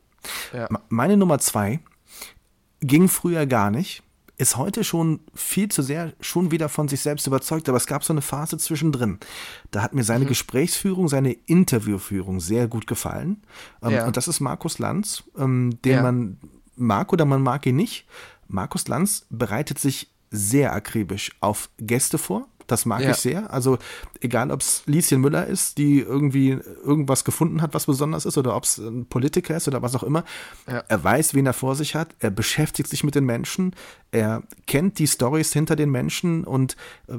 Ja. Meine Nummer 2 ging früher gar nicht, ist heute schon viel zu sehr schon wieder von sich selbst überzeugt, aber es gab so eine Phase zwischendrin. Da hat mir seine Gesprächsführung, seine Interviewführung sehr gut gefallen. Ja. Und das ist Markus Lanz, den Ja. man mag oder man mag ihn nicht. Markus Lanz bereitet sich sehr akribisch auf Gäste vor. Das mag Ja. ich sehr. Also egal, ob es Lieschen Müller ist, die irgendwie irgendwas gefunden hat, was besonders ist, oder ob es ein Politiker ist oder was auch immer. Ja. Er weiß, wen er vor sich hat. Er beschäftigt sich mit den Menschen. Er kennt die Storys hinter den Menschen und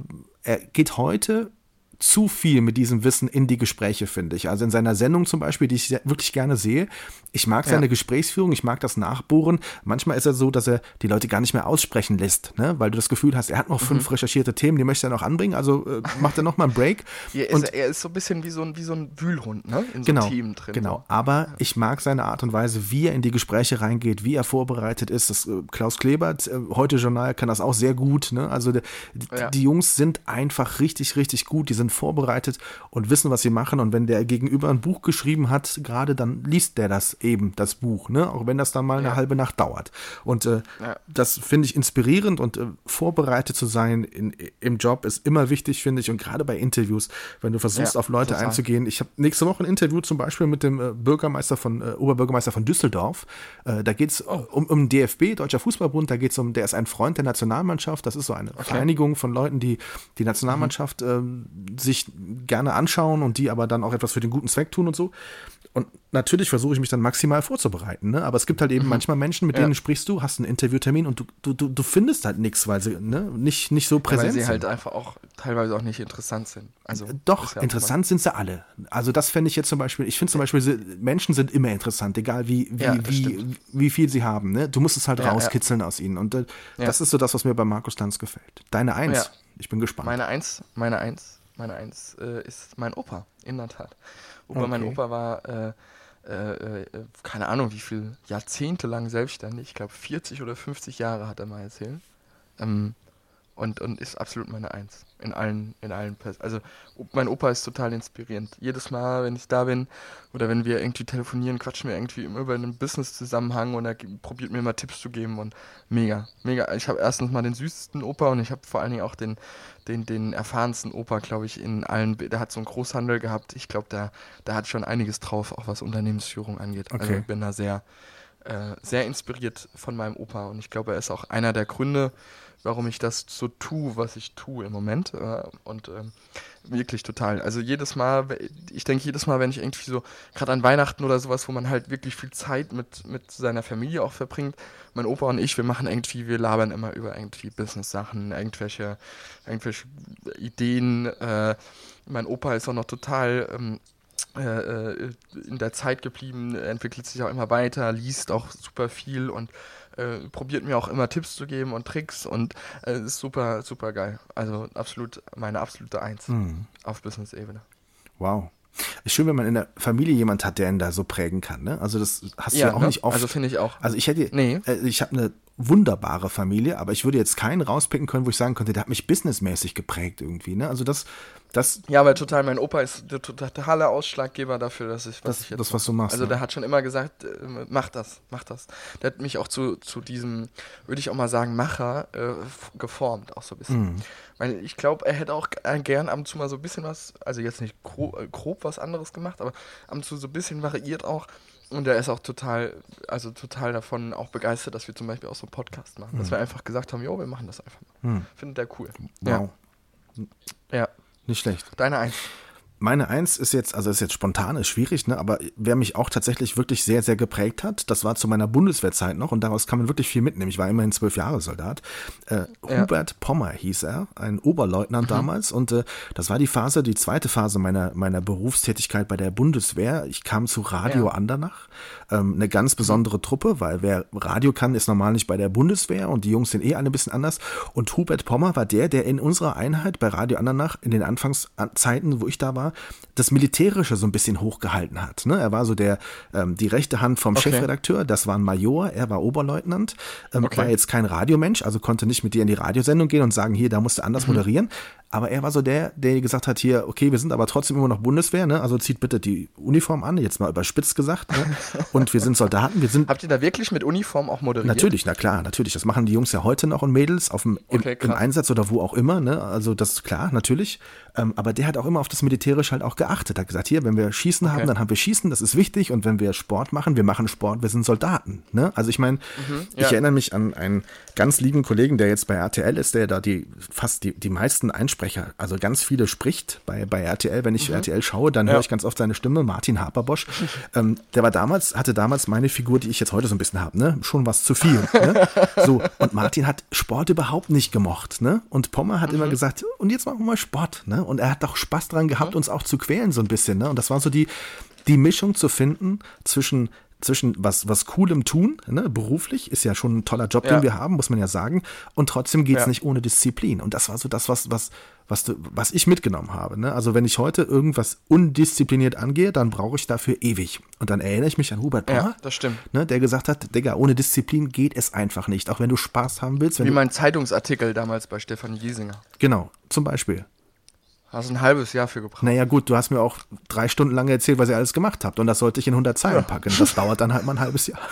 er geht heute zu viel mit diesem Wissen in die Gespräche, finde ich. Also in seiner Sendung zum Beispiel, die ich wirklich gerne sehe, ich mag seine Gesprächsführung, ich mag das Nachbohren. Manchmal ist er so, dass er die Leute gar nicht mehr aussprechen lässt, ne? Weil du das Gefühl hast, er hat noch 5 recherchierte Themen, die möchte er noch anbringen, also macht er noch mal einen Break. Er ist so ein bisschen wie so ein Wühlhund, ne? In so Themen drin. Genau, So. aber ich mag seine Art und Weise, wie er in die Gespräche reingeht, wie er vorbereitet ist. Klaus Klebert, heute Journal, kann das auch sehr gut. Ne? Also die Jungs sind einfach richtig, richtig gut. Die sind vorbereitet und wissen, was sie machen. Und wenn der Gegenüber ein Buch geschrieben hat, gerade dann liest der das eben, das Buch. Ne? Auch wenn das dann mal eine halbe Nacht dauert. Und das finde ich inspirierend und vorbereitet zu sein im Job ist immer wichtig, finde ich. Und gerade bei Interviews, wenn du versuchst, auf Leute einzugehen. Ich habe nächste Woche ein Interview zum Beispiel mit dem Oberbürgermeister von Düsseldorf. Da geht es um DFB, Deutscher Fußballbund. Da geht es der ist ein Freund der Nationalmannschaft. Das ist so eine Vereinigung von Leuten, die die Nationalmannschaft sich gerne anschauen und die aber dann auch etwas für den guten Zweck tun und so. Und natürlich versuche ich mich dann maximal vorzubereiten, ne? Aber es gibt halt eben manchmal Menschen, mit denen sprichst du, hast einen Interviewtermin und du findest halt nichts, weil sie nicht so präsent sind. Weil sie halt einfach auch teilweise auch nicht interessant sind. Also, Doch, interessant sind sie alle. Also das fände ich jetzt zum Beispiel, ich finde zum Beispiel, Menschen sind immer interessant, egal wie viel sie haben. Ne? Du musst es halt rauskitzeln aus ihnen. Und das ist so das, was mir bei Markus Lanz gefällt. Deine 1, Ja. ich bin gespannt. Meine Eins ist mein Opa, in der Tat. Mein Opa war, keine Ahnung wie viel, Jahrzehnte lang selbstständig. Ich glaube 40 oder 50 Jahre hat er mal erzählt. Und ist absolut meine Eins. In allen also mein Opa ist total inspirierend. Jedes Mal, wenn ich da bin oder wenn wir irgendwie telefonieren, quatschen wir irgendwie immer über einen Business-Zusammenhang und er probiert mir mal Tipps zu geben und mega. Ich habe erstens mal den süßesten Opa und ich habe vor allen Dingen auch den erfahrensten Opa, glaube ich, in allen, der hat so einen Großhandel gehabt. Ich glaube, der hat schon einiges drauf, auch was Unternehmensführung angeht. Okay. Also ich bin da sehr inspiriert von meinem Opa und ich glaube, er ist auch einer der Gründe, warum ich das so tue, was ich tue im Moment und wirklich total. Also ich denke jedes Mal, wenn ich irgendwie so, gerade an Weihnachten oder sowas, wo man halt wirklich viel Zeit mit seiner Familie auch verbringt, mein Opa und ich, wir labern immer über irgendwie Business-Sachen, irgendwelche Ideen. Mein Opa ist auch noch total in der Zeit geblieben, entwickelt sich auch immer weiter, liest auch super viel und probiert mir auch immer Tipps zu geben und Tricks und ist super, super geil. Also meine absolute Eins auf Business-Ebene. Wow. Ist schön, wenn man in der Familie jemand hat, der ihn da so prägen kann, ne? Also das hast du ja auch nicht oft. Also finde ich auch. Also ich habe eine wunderbare Familie, aber ich würde jetzt keinen rauspicken können, wo ich sagen könnte, der hat mich businessmäßig geprägt irgendwie, ne? Also das ja, aber total, mein Opa ist der totale Ausschlaggeber dafür, dass ich jetzt das, was du machst. Also der hat schon immer gesagt, mach das. Der hat mich auch zu diesem, würde ich auch mal sagen, Macher geformt, auch so ein bisschen. Weil ich glaube, er hätte auch gern ab und zu mal so ein bisschen was, also jetzt nicht grob was anderes gemacht, aber ab und zu so ein bisschen variiert auch. Und er ist auch total davon auch begeistert, dass wir zum Beispiel auch so einen Podcast machen. Dass wir einfach gesagt haben, jo, wir machen das einfach mal. Findet er cool. Wow. Ja. Nicht schlecht. Deine 1. Meine 1 ist jetzt spontan, ist schwierig, ne? Aber wer mich auch tatsächlich wirklich sehr, sehr geprägt hat, das war zu meiner Bundeswehrzeit noch und daraus kann man wirklich viel mitnehmen. Ich war immerhin 12 Jahre Soldat. Hubert Pommer hieß er, ein Oberleutnant damals und das war die zweite Phase meiner Berufstätigkeit bei der Bundeswehr. Ich kam zu Radio Andernach, eine ganz besondere Truppe, weil wer Radio kann, ist normal nicht bei der Bundeswehr und die Jungs sind alle ein bisschen anders und Hubert Pommer war der in unserer Einheit bei Radio Andernach in den Anfangszeiten, wo ich da war, das Militärische so ein bisschen hochgehalten hat. Ne? Er war so die rechte Hand vom Chefredakteur, das war ein Major, er war Oberleutnant, war jetzt kein Radiomensch, also konnte nicht mit dir in die Radiosendung gehen und sagen, hier, da musst du anders moderieren. Aber er war so der gesagt hat, hier, okay, wir sind aber trotzdem immer noch Bundeswehr, ne? Also zieht bitte die Uniform an, jetzt mal überspitzt gesagt. Ne? Und wir sind Soldaten, Habt ihr da wirklich mit Uniform auch moderiert? Natürlich, na klar, natürlich. Das machen die Jungs ja heute noch und Mädels im Einsatz oder wo auch immer, ne? Also das ist klar, natürlich. Aber der hat auch immer auf das Militärische halt auch geachtet. Hat gesagt, hier, wenn wir Schießen haben, dann haben wir Schießen, das ist wichtig. Und wenn wir Sport machen, wir machen Sport, wir sind Soldaten. Ne? Also ich meine, ich erinnere mich an einen ganz lieben Kollegen, der jetzt bei RTL ist, der da fast die meisten Einsprecher, also ganz viele spricht bei RTL. Wenn ich RTL schaue, dann höre ich ganz oft seine Stimme, Martin Haperbosch. Der hatte damals meine Figur, die ich jetzt heute so ein bisschen habe, ne? Schon was zu viel. Ne? So, und Martin hat Sport überhaupt nicht gemocht. Ne? Und Pommer hat immer gesagt, und jetzt machen wir mal Sport. Ne? Und er hat doch Spaß dran gehabt, uns auch zu quälen so ein bisschen. Ne? Und das war so die Mischung zu finden zwischen was Coolem tun, ne? Beruflich, ist ja schon ein toller Job, den wir haben, muss man ja sagen. Und trotzdem geht's nicht ohne Disziplin. Und das war so das, was ich mitgenommen habe. Ne? Also wenn ich heute irgendwas undiszipliniert angehe, dann brauche ich dafür ewig. Und dann erinnere ich mich an Hubert Pommer, das stimmt. Ne, der gesagt hat, Digga, ohne Disziplin geht es einfach nicht. Auch wenn du Spaß haben willst. Wie mein Zeitungsartikel damals bei Stefan Giesinger. Genau, zum Beispiel. Hast ein halbes Jahr für gebraucht. Naja gut, du hast mir auch 3 Stunden lang erzählt, was ihr alles gemacht habt. Und das sollte ich in 100 Zeilen packen. Das dauert dann halt mal ein halbes Jahr.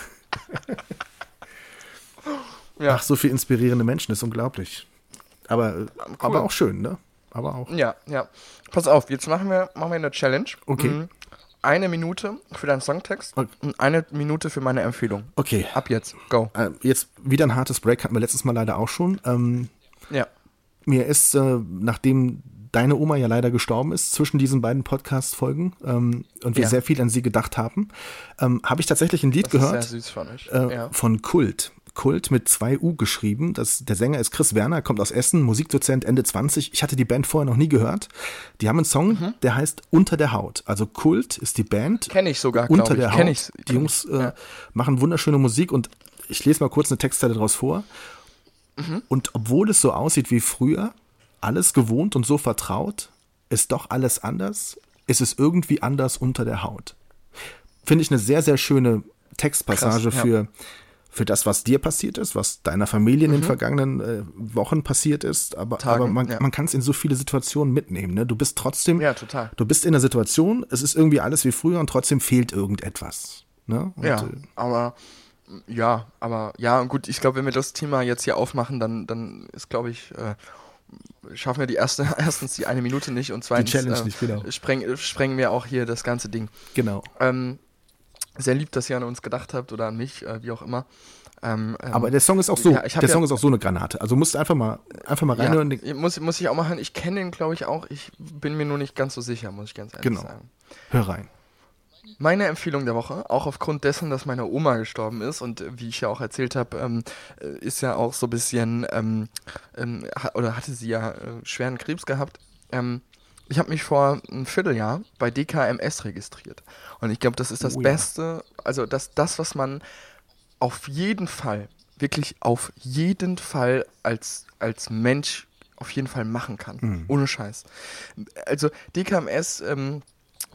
Ach, so viel inspirierende Menschen, ist unglaublich. Aber auch schön, ne? Aber auch. Ja. Pass auf, jetzt machen wir eine Challenge. Okay. 1 Minute für deinen Songtext und 1 Minute für meine Empfehlung. Okay. Ab jetzt, go. Jetzt wieder ein hartes Break, hatten wir letztes Mal leider auch schon. Mir ist, nachdem deine Oma ja leider gestorben ist, zwischen diesen beiden Podcast-Folgen und wir sehr viel an sie gedacht haben, habe ich tatsächlich ein Lied gehört. Sehr süß von euch. Von Kult. Kult mit 2 U geschrieben. Der Sänger ist Chris Werner, kommt aus Essen, Musikdozent, Ende 20. Ich hatte die Band vorher noch nie gehört. Die haben einen Song, der heißt Unter der Haut. Also Kult ist die Band. Kenne ich sogar, Unter der Haut. Die Jungs machen wunderschöne Musik und ich lese mal kurz eine Textzeile daraus vor. Und obwohl es so aussieht wie früher, alles gewohnt und so vertraut, ist doch alles anders, ist es irgendwie anders unter der Haut. Finde ich eine sehr, sehr schöne Textpassage für das, was dir passiert ist, was deiner Familie in den vergangenen Wochen passiert ist, aber man kann es in so viele Situationen mitnehmen. Ne? Du bist trotzdem, du bist in der Situation, es ist irgendwie alles wie früher und trotzdem fehlt irgendetwas. Ne? Und, aber gut, ich glaube, wenn wir das Thema jetzt hier aufmachen, dann ist, glaube ich, schaffen wir erstens die 1 Minute nicht und zweitens die Challenge nicht, genau. sprengen wir auch hier das ganze Ding. Genau. Sehr lieb, dass ihr an uns gedacht habt oder an mich, wie auch immer. Aber der Song ist auch so, Song ist auch so eine Granate. Also musst einfach mal reinhören. Muss ich auch machen. Ich kenne den, glaube ich, auch. Ich bin mir nur nicht ganz so sicher, muss ich ganz ehrlich sagen. Hör rein. Meine Empfehlung der Woche, auch aufgrund dessen, dass meine Oma gestorben ist und wie ich ja auch erzählt habe, ist ja auch so ein bisschen, hatte sie ja schweren Krebs gehabt. Ich habe mich vor einem Vierteljahr bei DKMS registriert. Und ich glaube, das ist das Beste, also das, was man auf jeden Fall, wirklich auf jeden Fall als Mensch auf jeden Fall machen kann. Ohne Scheiß. Also DKMS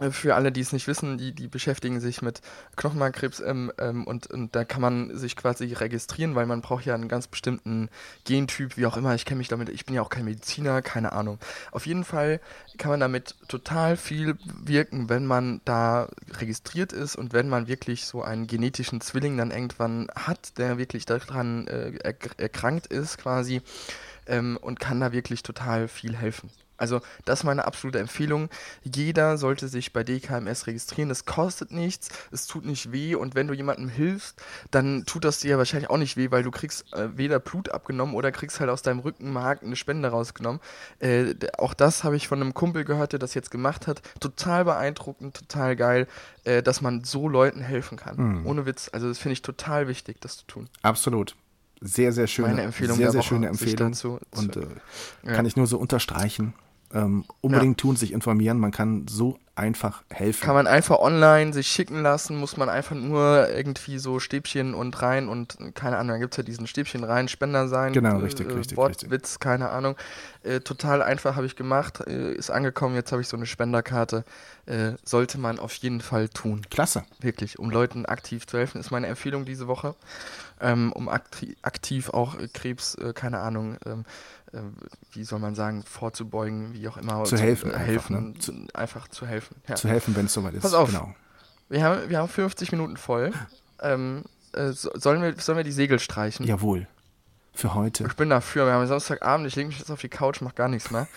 Für alle, die es nicht wissen, die beschäftigen sich mit Knochenmarkkrebs und da kann man sich quasi registrieren, weil man braucht ja einen ganz bestimmten Gentyp, wie auch immer. Ich kenne mich damit, ich bin ja auch kein Mediziner, keine Ahnung. Auf jeden Fall kann man damit total viel wirken, wenn man da registriert ist und wenn man wirklich so einen genetischen Zwilling dann irgendwann hat, der wirklich daran erkrankt ist quasi und kann da wirklich total viel helfen. Also das ist meine absolute Empfehlung. Jeder sollte sich bei DKMS registrieren. Das kostet nichts, es tut nicht weh und wenn du jemandem hilfst, dann tut das dir ja wahrscheinlich auch nicht weh, weil du kriegst weder Blut abgenommen oder kriegst halt aus deinem Rückenmark eine Spende rausgenommen. Auch das habe ich von einem Kumpel gehört, der das jetzt gemacht hat. Total beeindruckend, total geil, dass man so Leuten helfen kann. Ohne Witz. Also das finde ich total wichtig, das zu tun. Absolut. Sehr, sehr schöne Meine Empfehlung sehr, der sehr Woche, schöne Empfehlung. dazu, Und kann ich nur so unterstreichen. Unbedingt tun, sich informieren. Man kann so einfach helfen. Kann man einfach online sich schicken lassen, muss man einfach nur irgendwie so Stäbchen und rein und keine Ahnung, da gibt es ja diesen Stäbchen rein, Spender sein. Genau, richtig. Wortwitz, keine Ahnung. Total einfach habe ich gemacht, ist angekommen, jetzt habe ich so eine Spenderkarte. Sollte man auf jeden Fall tun. Klasse. Wirklich, um Leuten aktiv zu helfen, ist meine Empfehlung diese Woche. Um aktiv auch Krebs, keine Ahnung, wie soll man sagen, vorzubeugen, wie auch immer. Zu helfen. Einfach zu helfen. Ja. Zu helfen, wenn es soweit ist. Pass auf, genau. wir haben 50 Minuten voll. Sollen wir die Segel streichen? Jawohl. Für heute. Ich bin dafür. Wir haben Samstagabend, ich lege mich jetzt auf die Couch, mach gar nichts mehr.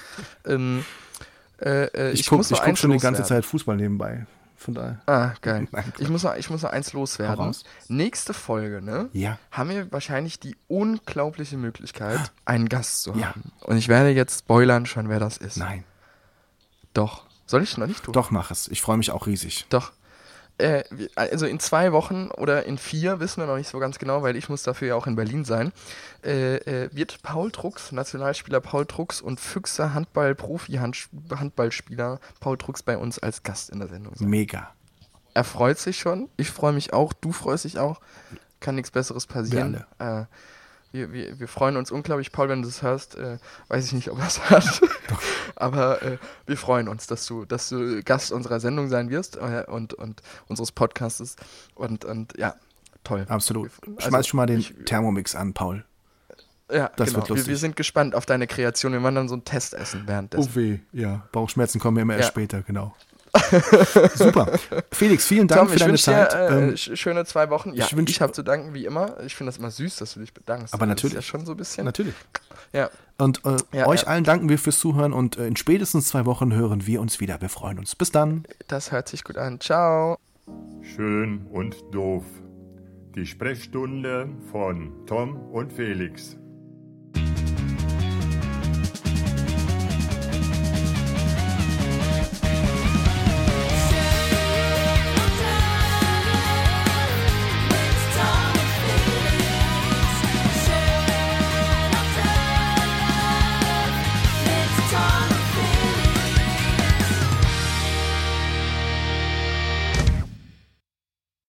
Ich guck schon die ganze Zeit Fußball nebenbei. Von daher. Ah, geil. Ich muss noch eins loswerden. Nächste Folge, ne? Ja. Haben wir wahrscheinlich die unglaubliche Möglichkeit, einen Gast zu haben. Und ich werde jetzt spoilern schon, wer das ist. Nein. Doch. Soll ich noch nicht tun? Doch, mach es. Ich freue mich auch riesig. Doch. Also in 2 Wochen oder in 4, wissen wir noch nicht so ganz genau, weil ich muss dafür ja auch in Berlin sein, wird Paul Drucks, Nationalspieler Paul Drucks und Füchser Profi-Handballspieler Paul Drucks bei uns als Gast in der Sendung sein. Mega. Er freut sich schon, ich freue mich auch, du freust dich auch, kann nichts Besseres passieren. Wir alle. Wir freuen uns unglaublich, Paul, wenn du das hörst, weiß ich nicht, ob er es hört, aber wir freuen uns, dass du Gast unserer Sendung sein wirst und unseres Podcasts und ja, toll. Absolut. Schmeiß schon mal den Thermomix an, Paul. Ja, das genau. wird lustig. Wir sind gespannt auf deine Kreation, wir werden dann so ein Test essen währenddessen. Oh weh, ja. Bauchschmerzen kommen immer erst später, genau. Super. Felix, vielen Dank Tom, für deine Zeit. Dir, schöne 2 Wochen. Ja, ich habe zu danken, wie immer. Ich finde das immer süß, dass du dich bedankst. Aber natürlich. Das ist ja schon so ein bisschen. Natürlich. Ja. Und euch allen danken wir fürs Zuhören und in spätestens 2 Wochen hören wir uns wieder. Wir freuen uns. Bis dann. Das hört sich gut an. Ciao. Schön und doof. Die Sprechstunde von Tom und Felix.